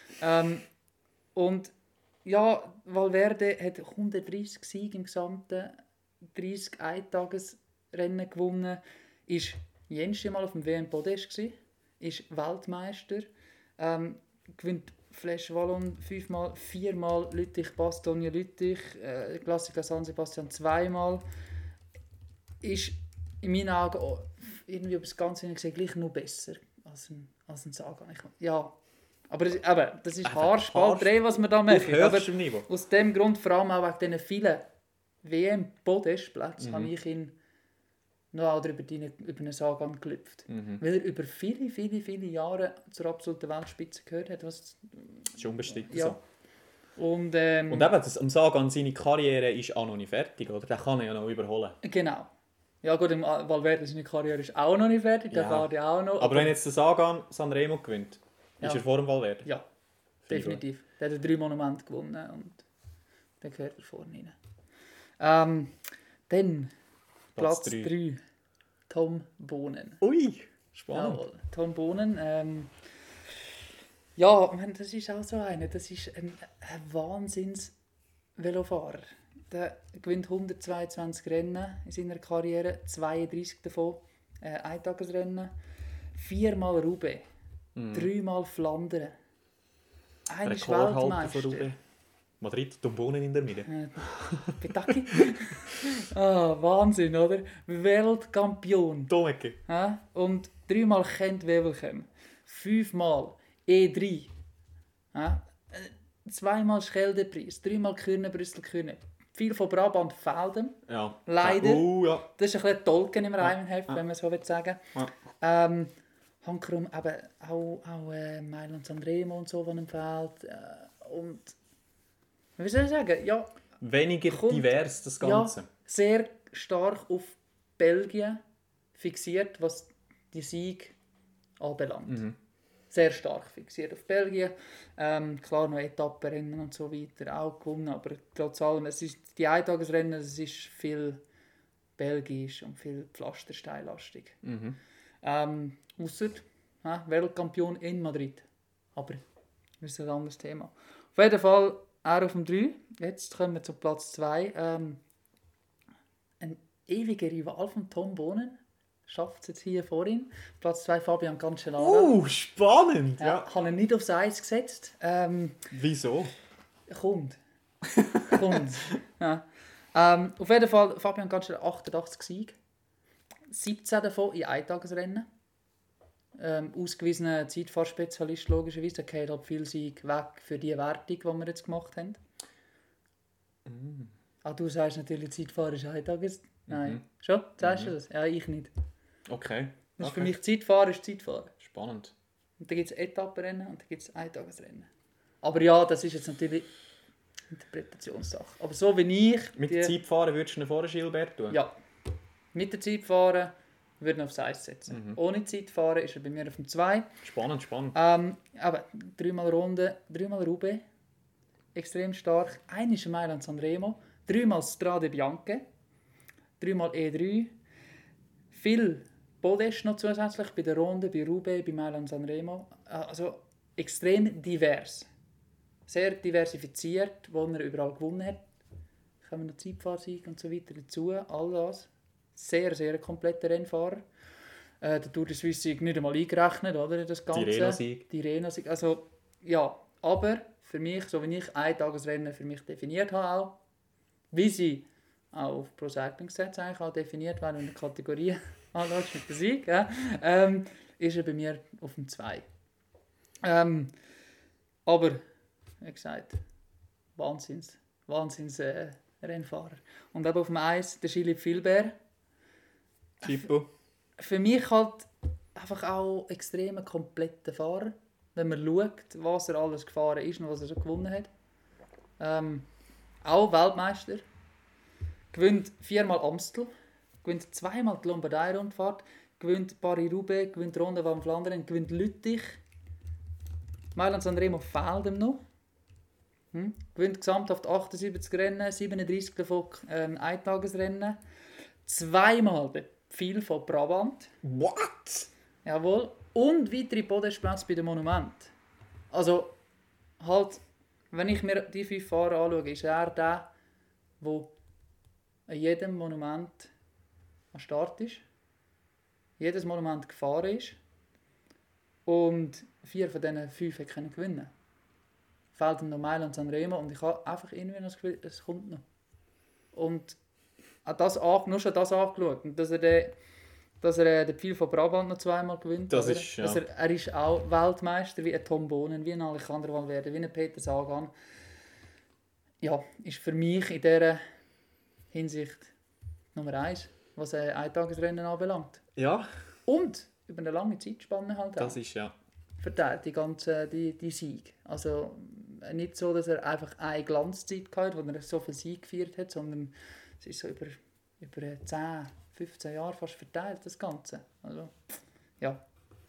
Und ja, Valverde hat 130 Siege im Gesamten, 30 Eintagesrennen gewonnen, ist jenste Mal auf dem WM-Podest gsi, ist Weltmeister, gewinnt Flash Wallon 5-mal, 4-mal Lüttich-Bastogne Lüttich, Klassiker San Sebastian 2-mal, ist in meinen Augen auch irgendwie über das Ganze gesehen gleich noch besser als ein Sagan. Ja, aber das ist Haarspalterei, was wir da machen. Aber Niveau. aus dem Grund, vor allem auch wegen diesen vielen WM-Podestplätzen, habe ich ihn noch über einen Sagan gelüpft. Weil er über viele, viele, viele Jahre zur absoluten Weltspitze gehört hat. Das ist unbestritten ja. so. Und eben, am Sagan, seine Karriere ist auch noch nicht fertig, oder? Den kann er ja noch überholen. Genau. Ja gut, im Valverde seine Karriere ist auch noch nicht fertig, der fährt ja auch noch. Aber wenn jetzt der Sagan Sanremo gewinnt, Ja. ist er vor dem Valverde? Ja, definitiv. Der hat 3 Monumente gewonnen und dann gehört er vorne rein. Dann Platz 3. Tom Bonen. Ui, spannend. Jawohl, Tom Bonen. Ja, ich meine, das ist auch so einer. Das ist ein Wahnsinns-Velofahrer. Der gewinnt 122 Rennen in seiner Karriere, 32 davon Eintagesrennen, 4-mal Roubaix, 3-mal Flandern. Einer ist Weltmeister. Madrid, Tom Bonen in der Mitte. Petaki. Wahnsinn, oder? Weltkampion. Tomeke. Und 3-mal Gent Wevelgem. 5-mal E3. 2-mal Scheldepreis. 3-mal Kürne, Brüssel Kürne. Viel von Brabant fehlt ihm. Ja. Leider. Ja. Das ist ein bisschen Tolken im Reimenheft, wenn man so sagen will. Ja. Hankerum eben auch Mailand Sanremo und so, was ihm fehlt. Und wie soll ich sagen? Ja, weniger divers, das Ganze. Ja, sehr stark auf Belgien fixiert, was die Sieg anbelangt. Sehr stark fixiert auf Belgien. Klar noch Etappenrennen und so weiter auch gewonnen, aber trotz allem, die Eintagesrennen, es ist viel belgisch und viel pflastersteinlastig. Ausser Weltkampion in Madrid. Aber das ist ein anderes Thema. Auf jeden Fall er auf dem 3. Jetzt kommen wir zu Platz 2. Ein ewiger Rival von Tom Bonen. Schafft es jetzt hier vor ihm. Platz 2 Fabian Cancellara. Spannend! Ja. Habe ihn nicht aufs Eis gesetzt. Wieso? Kommt. Ja. Auf jeden Fall Fabian Cancellara 88 Siege. 17 davon in Eintagesrennen. Ausgewiesener Zeitfahrspezialist logischerweise. Da geht halt viel Sieg weg für die Wertung, die wir jetzt gemacht haben. Du sagst natürlich, Zeitfahren ist Eintages... Nein. Schon? Sagst du das? Ja, ich nicht. Okay. Das ist für mich Zeitfahren ist Zeitfahren. Spannend. Und dann gibt es Etappenrennen und dann gibt es Eintagesrennen. Aber ja, das ist jetzt natürlich Interpretationssache. Aber so wie ich... Mit Zeitfahren würdest du ihn vor Gilbert tun? Ja. Mit der Zeit fahren, würde ich aufs 1 setzen. Ohne Zeit fahren ist er bei mir auf dem 2. Spannend. Aber 3-mal Runde, 3-mal Roubaix, extrem stark. Einmal Mailand Sanremo, 3-mal Strade Bianche, 3-mal E3. Viel Podest noch zusätzlich bei der Runde, bei Roubaix, bei Mailand Sanremo. Also extrem divers. Sehr diversifiziert, wo er überall gewonnen hat. Kommen noch Zeitfahrsieg und so weiter dazu. All das. Sehr, sehr kompletter Rennfahrer. Der Tour de Suisse nicht einmal eingerechnet, oder? Das Ganze. Die Reno-Sieg. Also, ja. Aber für mich, so wie ich Eintagesrennen für mich definiert habe, auch, wie sie auch auf Pro Cycling Stats eigentlich auch definiert werden, in der Kategorie anschaust mit der Sieg, ja, ist er bei mir auf dem 2. Aber, wie gesagt, Wahnsinns Rennfahrer. Und eben auf dem 1 der Philippe Filbert. Chippo. Für mich halt einfach auch extrem kompletter Fahrer, wenn man schaut, was er alles gefahren ist und was er so gewonnen hat. Auch Weltmeister. Gewinnt 4-mal Amstel, gewinnt 2-mal die Lombardei-Rundfahrt, gewinnt Paris-Roubaix, gewinnt die Ronde van Vlaanderen, gewinnt Lüttich. Mailand Sanremo fehlt ihm noch. Gewinnt gesamthaft 78 Rennen, 37 davon Eintagesrennen. 2-mal der Pfeil von Brabant. What? Jawohl. Und weitere Podestplätze bei dem Monument. Also, halt, wenn ich mir die 5 Fahrer anschaue, ist er der, der an jedem Monument am Start ist. Jedes Monument gefahren ist. Und 4 von diesen 5 können gewinnen. Fehlt ihm noch Mailand Sanremo und ich habe einfach irgendwie das Gefühl, es kommt noch. Und nur schon das angeschaut. Und dass er den Pfeil von Brabant noch 2-mal gewinnt. Das ist, ja. Er ist auch Weltmeister, wie ein Tom Bonen, wie ein Alejandro Valverde, wie ein Peter Sagan. Ja, ist für mich in dieser Hinsicht Nummer 1, was Eintagesrennen anbelangt. Ja. Und über eine lange Zeitspanne halt auch. Das ist, ja. Verteilt die Sieg. Also nicht so, dass er einfach eine Glanzzeit hatte, wo er so viel Sieg gefeiert hat, sondern es ist so über 10, 15 Jahre fast verteilt, das Ganze. Also, ja.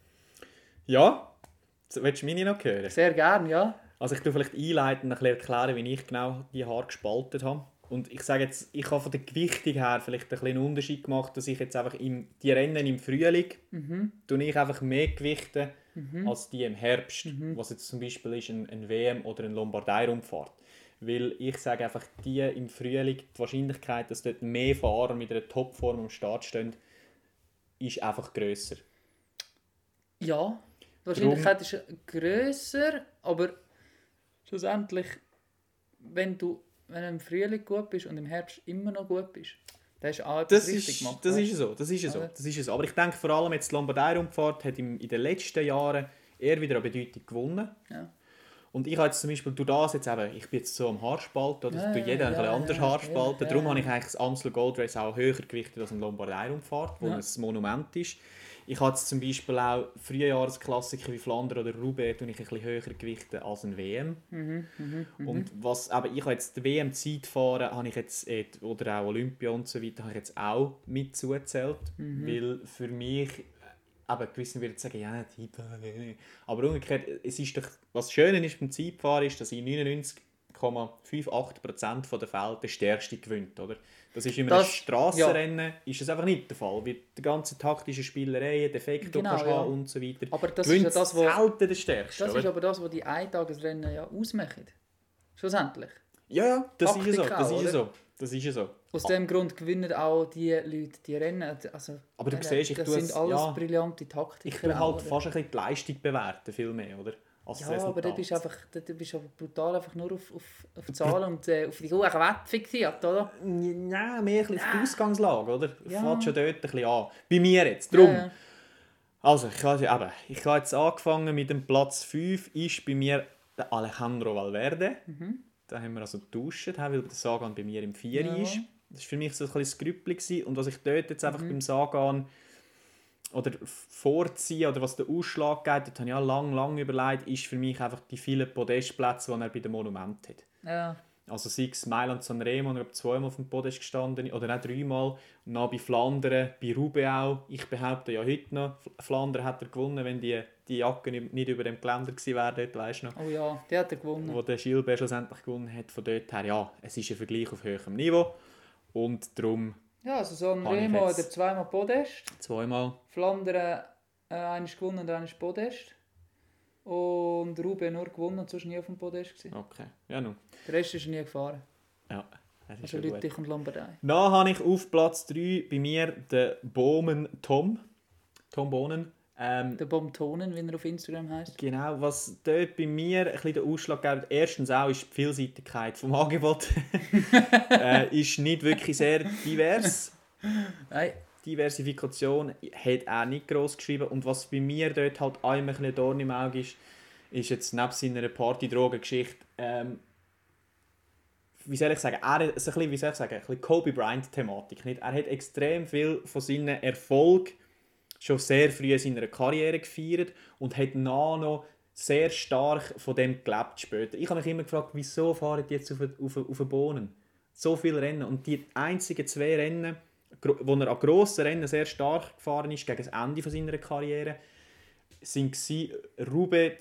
Ja? Willst du meine noch hören? Sehr gern, ja. Also ich tue vielleicht einleitend ein bisschen erklären, wie ich genau die Haare gespalten habe. Und ich sage jetzt, ich habe von der Gewichtung her vielleicht ein bisschen einen Unterschied gemacht, dass ich jetzt einfach die Rennen im Frühling tue ich einfach mehr gewichten als die im Herbst, was jetzt zum Beispiel ist ein WM oder eine Lombardei-Rundfahrt. Weil ich sage einfach, die im Frühling, die Wahrscheinlichkeit, dass dort mehr Fahrer mit einer Topform am Start stehen, ist einfach grösser. Ja, die Wahrscheinlichkeit ist grösser, aber schlussendlich, wenn du im Frühling gut bist und im Herbst immer noch gut bist, dann hast du auch etwas richtig gemacht. Das ist so. Aber ich denke vor allem jetzt die Lombardei-Rundfahrt hat in den letzten Jahren eher wieder an Bedeutung gewonnen. Ja. Und ich habe jetzt zum Beispiel durch das jetzt eben, ich bin jetzt so am Haarspalten, oder durch jeden ein bisschen anders Haarspalten. Darum habe ich eigentlich das Amstel Gold Race auch höher gewichtet als eine Lombardei-Rundfahrt, wo ein Monument ist. Ich habe jetzt zum Beispiel auch Frühjahrsklassiker wie Flandern oder Roubaix ein bisschen höher gewichtet als ein WM. Und aber ich habe jetzt die WM-Zeit fahren, habe ich jetzt, oder auch Olympia und so weiter, habe ich jetzt auch mit zugezählt, weil für mich aber gewisse würden sagen, ja, Zeitfahren. Aber umgekehrt, es ist doch, was Schöne ist beim Zeitfahren ist, dass in 99,58% der Fälle der Stärkste gewinnt, oder? Das ist in einem Strassenrennen ist das einfach nicht der Fall, weil die ganzen taktischen Spielereien, Defekte haben und so weiter. Aber das ist ja das, selten der Stärkste. Das ist aber das, was die Eintagesrennen ja ausmachen. Schlussendlich. Ja, das ist so. Aus dem Grund gewinnen auch die Leute die Rennen. Also, aber du siehst, das sind alles brillante Taktiker. Ich will halt fast ein bisschen die Leistung bewerten, viel mehr, oder? Als ja, aber du bist aber brutal einfach nur auf Zahlen und auf die hohen Werte fixiert, oder? Ja, mehr auf die Ausgangslage, oder? Ja. Fängt schon dort ein bisschen an. Bei mir jetzt, drum. Ja. Also, ich habe jetzt angefangen mit dem Platz 5, ist bei mir der Alejandro Valverde. Da haben wir also getauscht, weil der Sagan bei mir im 4 ist. Das war für mich so ein bisschen das Grüppli. Und was ich dort jetzt einfach beim Sagan oder vorziehen, oder was der Ausschlag gibt, das habe ich auch lange überlegt, ist für mich einfach die vielen Podestplätze, die er bei dem Monument hat. Ja. Also sei es Mailand Sanremo, wo er zweimal auf dem Podest gestanden oder auch dreimal. Und dann bei Flandern, bei Roubaix auch. Ich behaupte ja heute noch, Flandern hat er gewonnen, wenn die Jacke nicht über dem Geländer gewesen wäre, dort, weißt du noch. Oh ja, die hat er gewonnen. Wo der Gilbert schlussendlich gewonnen hat. Von dort her, ja, es ist ein Vergleich auf höherem Niveau. Und darum... Ja, also Sanremo hat er zweimal Podest. Zweimal. Flandern einmal gewonnen und einmal Podest. Und Roubaix nur gewonnen und sonst nie auf dem Podest gewesen. Okay, ja nun. Der Rest ist er nie gefahren. Ja, das ist Also ja gut. Lüttich und Lombardei. Dann habe ich auf Platz 3 bei mir den Bohmen Tom. Tom Bohnen. Der Bomtonen, wie er auf Instagram heisst. Genau, was dort bei mir ein bisschen den Ausschlag gibt, erstens auch ist die Vielseitigkeit des Angebots. Ist nicht wirklich sehr divers. Nein. Diversifikation hat er nicht gross geschrieben. Und was bei mir dort halt auch immer ein bisschen Dorn im Auge ist jetzt neben seiner Party-Drogen-Geschichte, wie soll ich sagen, er hat ein bisschen Kobe Bryant-Thematik. Er hat extrem viel von seinen Erfolgen schon sehr früh in seiner Karriere gefeiert und hat noch sehr stark von dem gelebt später. Ich habe mich immer gefragt, wieso fahren die jetzt auf den Bohnen? So viele Rennen. Und die einzigen 2 Rennen, wo er an grossen Rennen sehr stark gefahren ist, gegen das Ende von seiner Karriere, waren Roubaix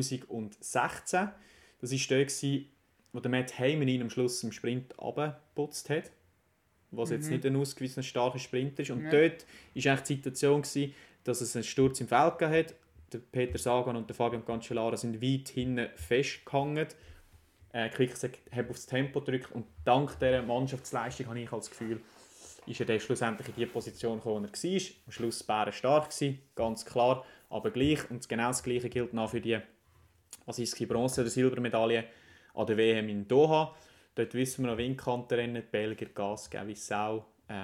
2016. Das war dort, wo der Matt Hayman ihn am Schluss im Sprint runtergeputzt hat. Was jetzt nicht ein ausgewiesener starker Sprinter ist. Und dort war eigentlich die Situation, dass es einen Sturz im Feld gab. Der Peter Sagan und der Fabian Cancellara sind weit hinten festgehangen. Quickstep hat aufs Tempo gedrückt und dank dieser Mannschaftsleistung habe ich das Gefühl, ist er dann schlussendlich in die Position gekommen, wo er war. Am Schluss bärenstark gewesen, ganz klar, aber gleich. Und genau das Gleiche gilt noch für die Bronze- oder Silbermedaille an der WM in Doha. Dort wissen wir noch, Windkantenrennen, die Belgier Gas geben wie Sau.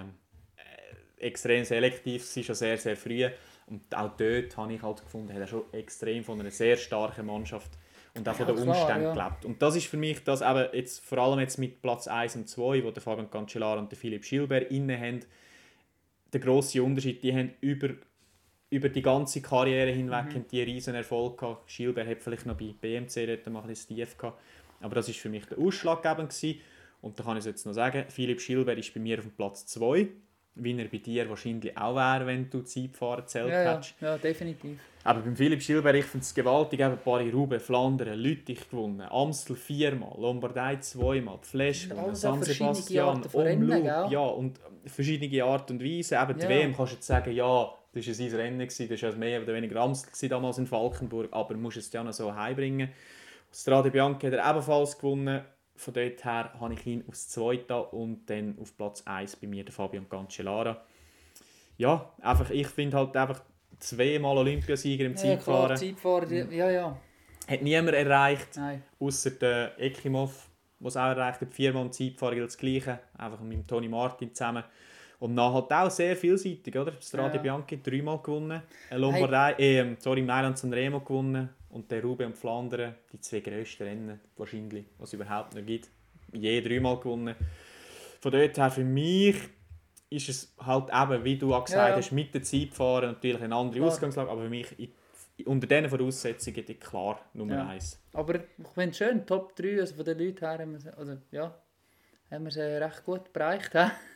Extrem selektiv, sie schon sehr, sehr früh. Und auch dort habe ich halt gefunden, hat er schon extrem von einer sehr starken Mannschaft und auch von den Umständen gelebt. Und das ist für mich das eben jetzt, vor allem jetzt mit Platz 1 und 2, wo der Fabian Cancellara und der Philippe Gilbert inne haben, der grosse Unterschied, die haben über die ganze Karriere hinweg die riesen Erfolg gehabt. Gilbert hat vielleicht noch bei BMC dort mal ein bisschen tief gehabt. Aber das war für mich der ausschlaggebend gewesen. Und da kann ich es jetzt noch sagen, Philippe Gilbert ist bei mir auf dem Platz 2, wie er bei dir wahrscheinlich auch wäre, wenn du Zeitfahren gezählt hättest. Ja, definitiv. Aber beim Philippe Gilbert, ich finde es gewaltig, eben Paris-Roubaix, Flandern, Lüttich gewonnen, Amstel 4-mal, Lombardei 2-mal, Flesch gewonnen, San Sebastian, Omloop, ja, und verschiedene Art und Weise. Eben die WM kannst du jetzt sagen, ja, das war sein Rennen, das war mehr oder weniger Amstel damals in Falkenburg, aber du musst es ja noch so heimbringen. Strade Bianchi hat er ebenfalls gewonnen. Von dort her habe ich ihn aufs 2. und dann auf Platz 1 bei mir der Fabian Cancellara. Ja, einfach, ich finde halt einfach 2-mal Olympiasieger im Zeitfahren. Ja. Hat niemand erreicht, Nein. ausser der Ekimov, der es auch erreicht hat. 4-mal im Zeitfahren gilt das Gleiche, einfach mit Toni Martin zusammen. Und dann halt auch sehr vielseitig, oder? Strade Bianchi 3-mal gewonnen, Mailand Sanremo gewonnen. Und der Roubaix und Flandern, die 2 grössten Rennen wahrscheinlich, was es überhaupt noch gibt, je 3-mal gewonnen. Von dort her für mich ist es halt eben, wie du auch gesagt hast, mit der Zeitfahren natürlich eine andere Ausgangslage, aber für mich unter diesen Voraussetzungen die klar Nummer 1. Aber ich finde es schön, Top 3, also von den Leuten her haben wir es recht gut bereicht.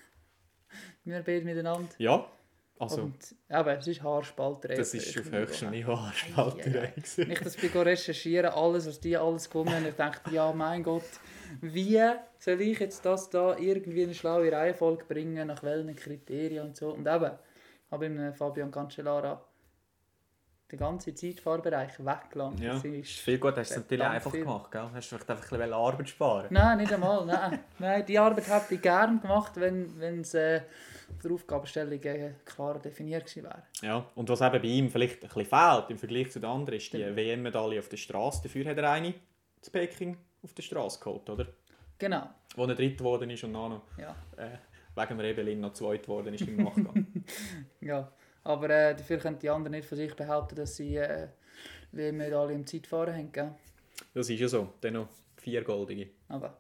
Wir beide miteinander. Ja. Also, und es ist Haarspalterei. Das ist auf höchstem Niveau Haarspalterei. Nicht, dass ich recherchieren, alles, was die alles gewonnen haben. Ich dachte, ja, mein Gott, wie soll ich jetzt das da irgendwie in eine schlaue Reihenfolge bringen, nach welchen Kriterien und so. Und eben, habe ich mit Fabian Cancellara den ganzen Zeitfahrbereich weggelassen. Ja, ist viel gut, hast du es natürlich einfach gemacht, gell? Hast du vielleicht einfach ein bisschen Arbeit sparen? Nein, nicht einmal. Nein, die Arbeit hätte ich gerne gemacht, wenn es die Aufgabenstellung klar definiert gewesen wäre. Ja, und was eben bei ihm vielleicht ein bisschen fehlt im Vergleich zu den anderen, ist die WM-Medaille auf der Straße. Dafür hat er eine zu Peking auf der Straße geholt, oder? Genau. Wo er Dritter geworden ist und dann noch wegen Rebellin noch Zweiter geworden ist im Nachgang. Ja, aber dafür können die anderen nicht von sich behaupten, dass sie WM-Medaille im Zeitfahren haben, gell? Das ist ja so. Dann noch 4 goldige. Aber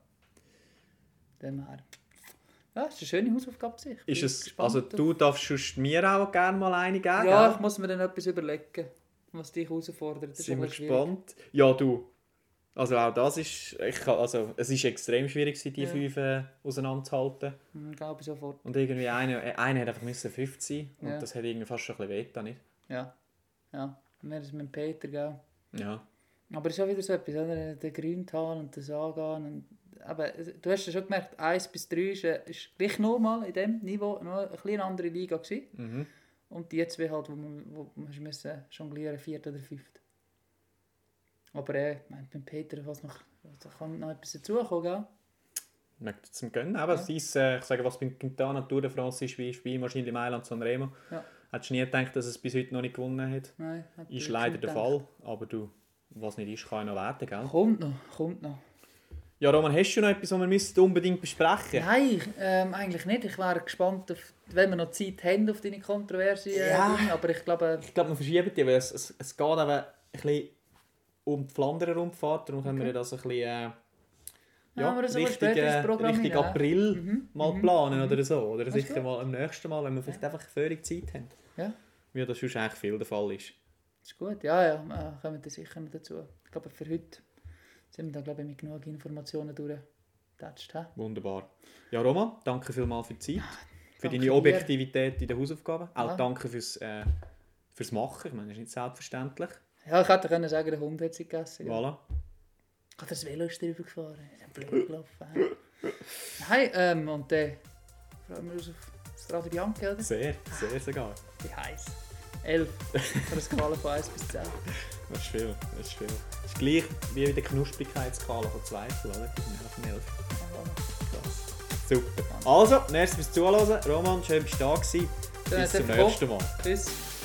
dem her. Ja, das ist eine schöne Hausaufgabe. Ist es, also du darfst mir auch gerne mal eine geben? Ja, ich muss mir dann etwas überlegen, was dich herausfordert. Sind wir gespannt? Ja, du. Also auch das ist... es ist extrem schwierig, die Ja. 5 auseinanderzuhalten. Glaube ich sofort. Und irgendwie einer hat einfach 5 sein und Ja. das hat irgendwie fast schon ein bisschen wehgetan, nicht? Ja. Ja. Mehr als mit Peter, gell? Ja. Aber es ist auch wieder so etwas, oder? Der Grüntal und das Angehen. Und, aber du hast ja schon gemerkt, 1 bis 3 ist gleich nochmal in diesem Niveau noch eine bisschen andere Liga gewesen. Mhm. Und die 2 halt, wo man jonglieren 4. oder 5. Aber mit Peter, da kann noch etwas dazukommen, gell? Möchte zum Gönnen. Aber Ja. ich sage, was beim Quintana Tour de France ist, wie Spiel wahrscheinlich Mailand Sanremo. Ja. Hättest du nie gedacht, dass es bis heute noch nicht gewonnen hat? Nein, Ist leider der Fall. Aber du, was nicht ist, kann ja noch werden, gell? Kommt noch. Ja, Roman, hast du noch etwas, was wir unbedingt besprechen Nein, eigentlich nicht. Ich wäre gespannt, wenn wir noch Zeit haben auf deine Kontroverse. Ja. Aber ich glaube... Ich glaube, wir verschieben die, weil es geht eben ein bisschen um die Flandern-Rundfahrt. Darum können wir das ein bisschen aber das aber später ins Programm Richtung hinein. April mal planen oder so. Oder ist sicher gut. mal am nächsten Mal, wenn wir vielleicht einfach völlig Zeit haben. Ja. Wie das sonst eigentlich viel der Fall ist. Das ist gut, ja, kommen wir sicher noch dazu. Ich glaube, für heute sind wir da, glaube ich, mit genug Informationen durchgetatscht. Wunderbar. Ja, Roman, danke vielmals für die Zeit, für danke deine dir. Objektivität in den Hausaufgaben. Auch Ja. danke fürs Machen. Ich meine, das ist nicht selbstverständlich. Ja, ich hätte können sagen, der Hund hat sie gegessen. Ja. Voilà. Ach, das Velo ist drüber gefahren. Das ist blöd gelaufen. Nein, und dann freuen wir uns auf Strade Bianca, oder? Sehr sogar. Wie heiß. 11. Für eine Skala von 1 bis 10. Das ist viel. Das ist gleich wie in der Knusprigkeitsskala von Zweifel, oder? Die sind auf 11. Super. Also, merci fürs Zuhören. Roman, schön, dass du da warst. Bis zum nächsten Mal. Tschüss.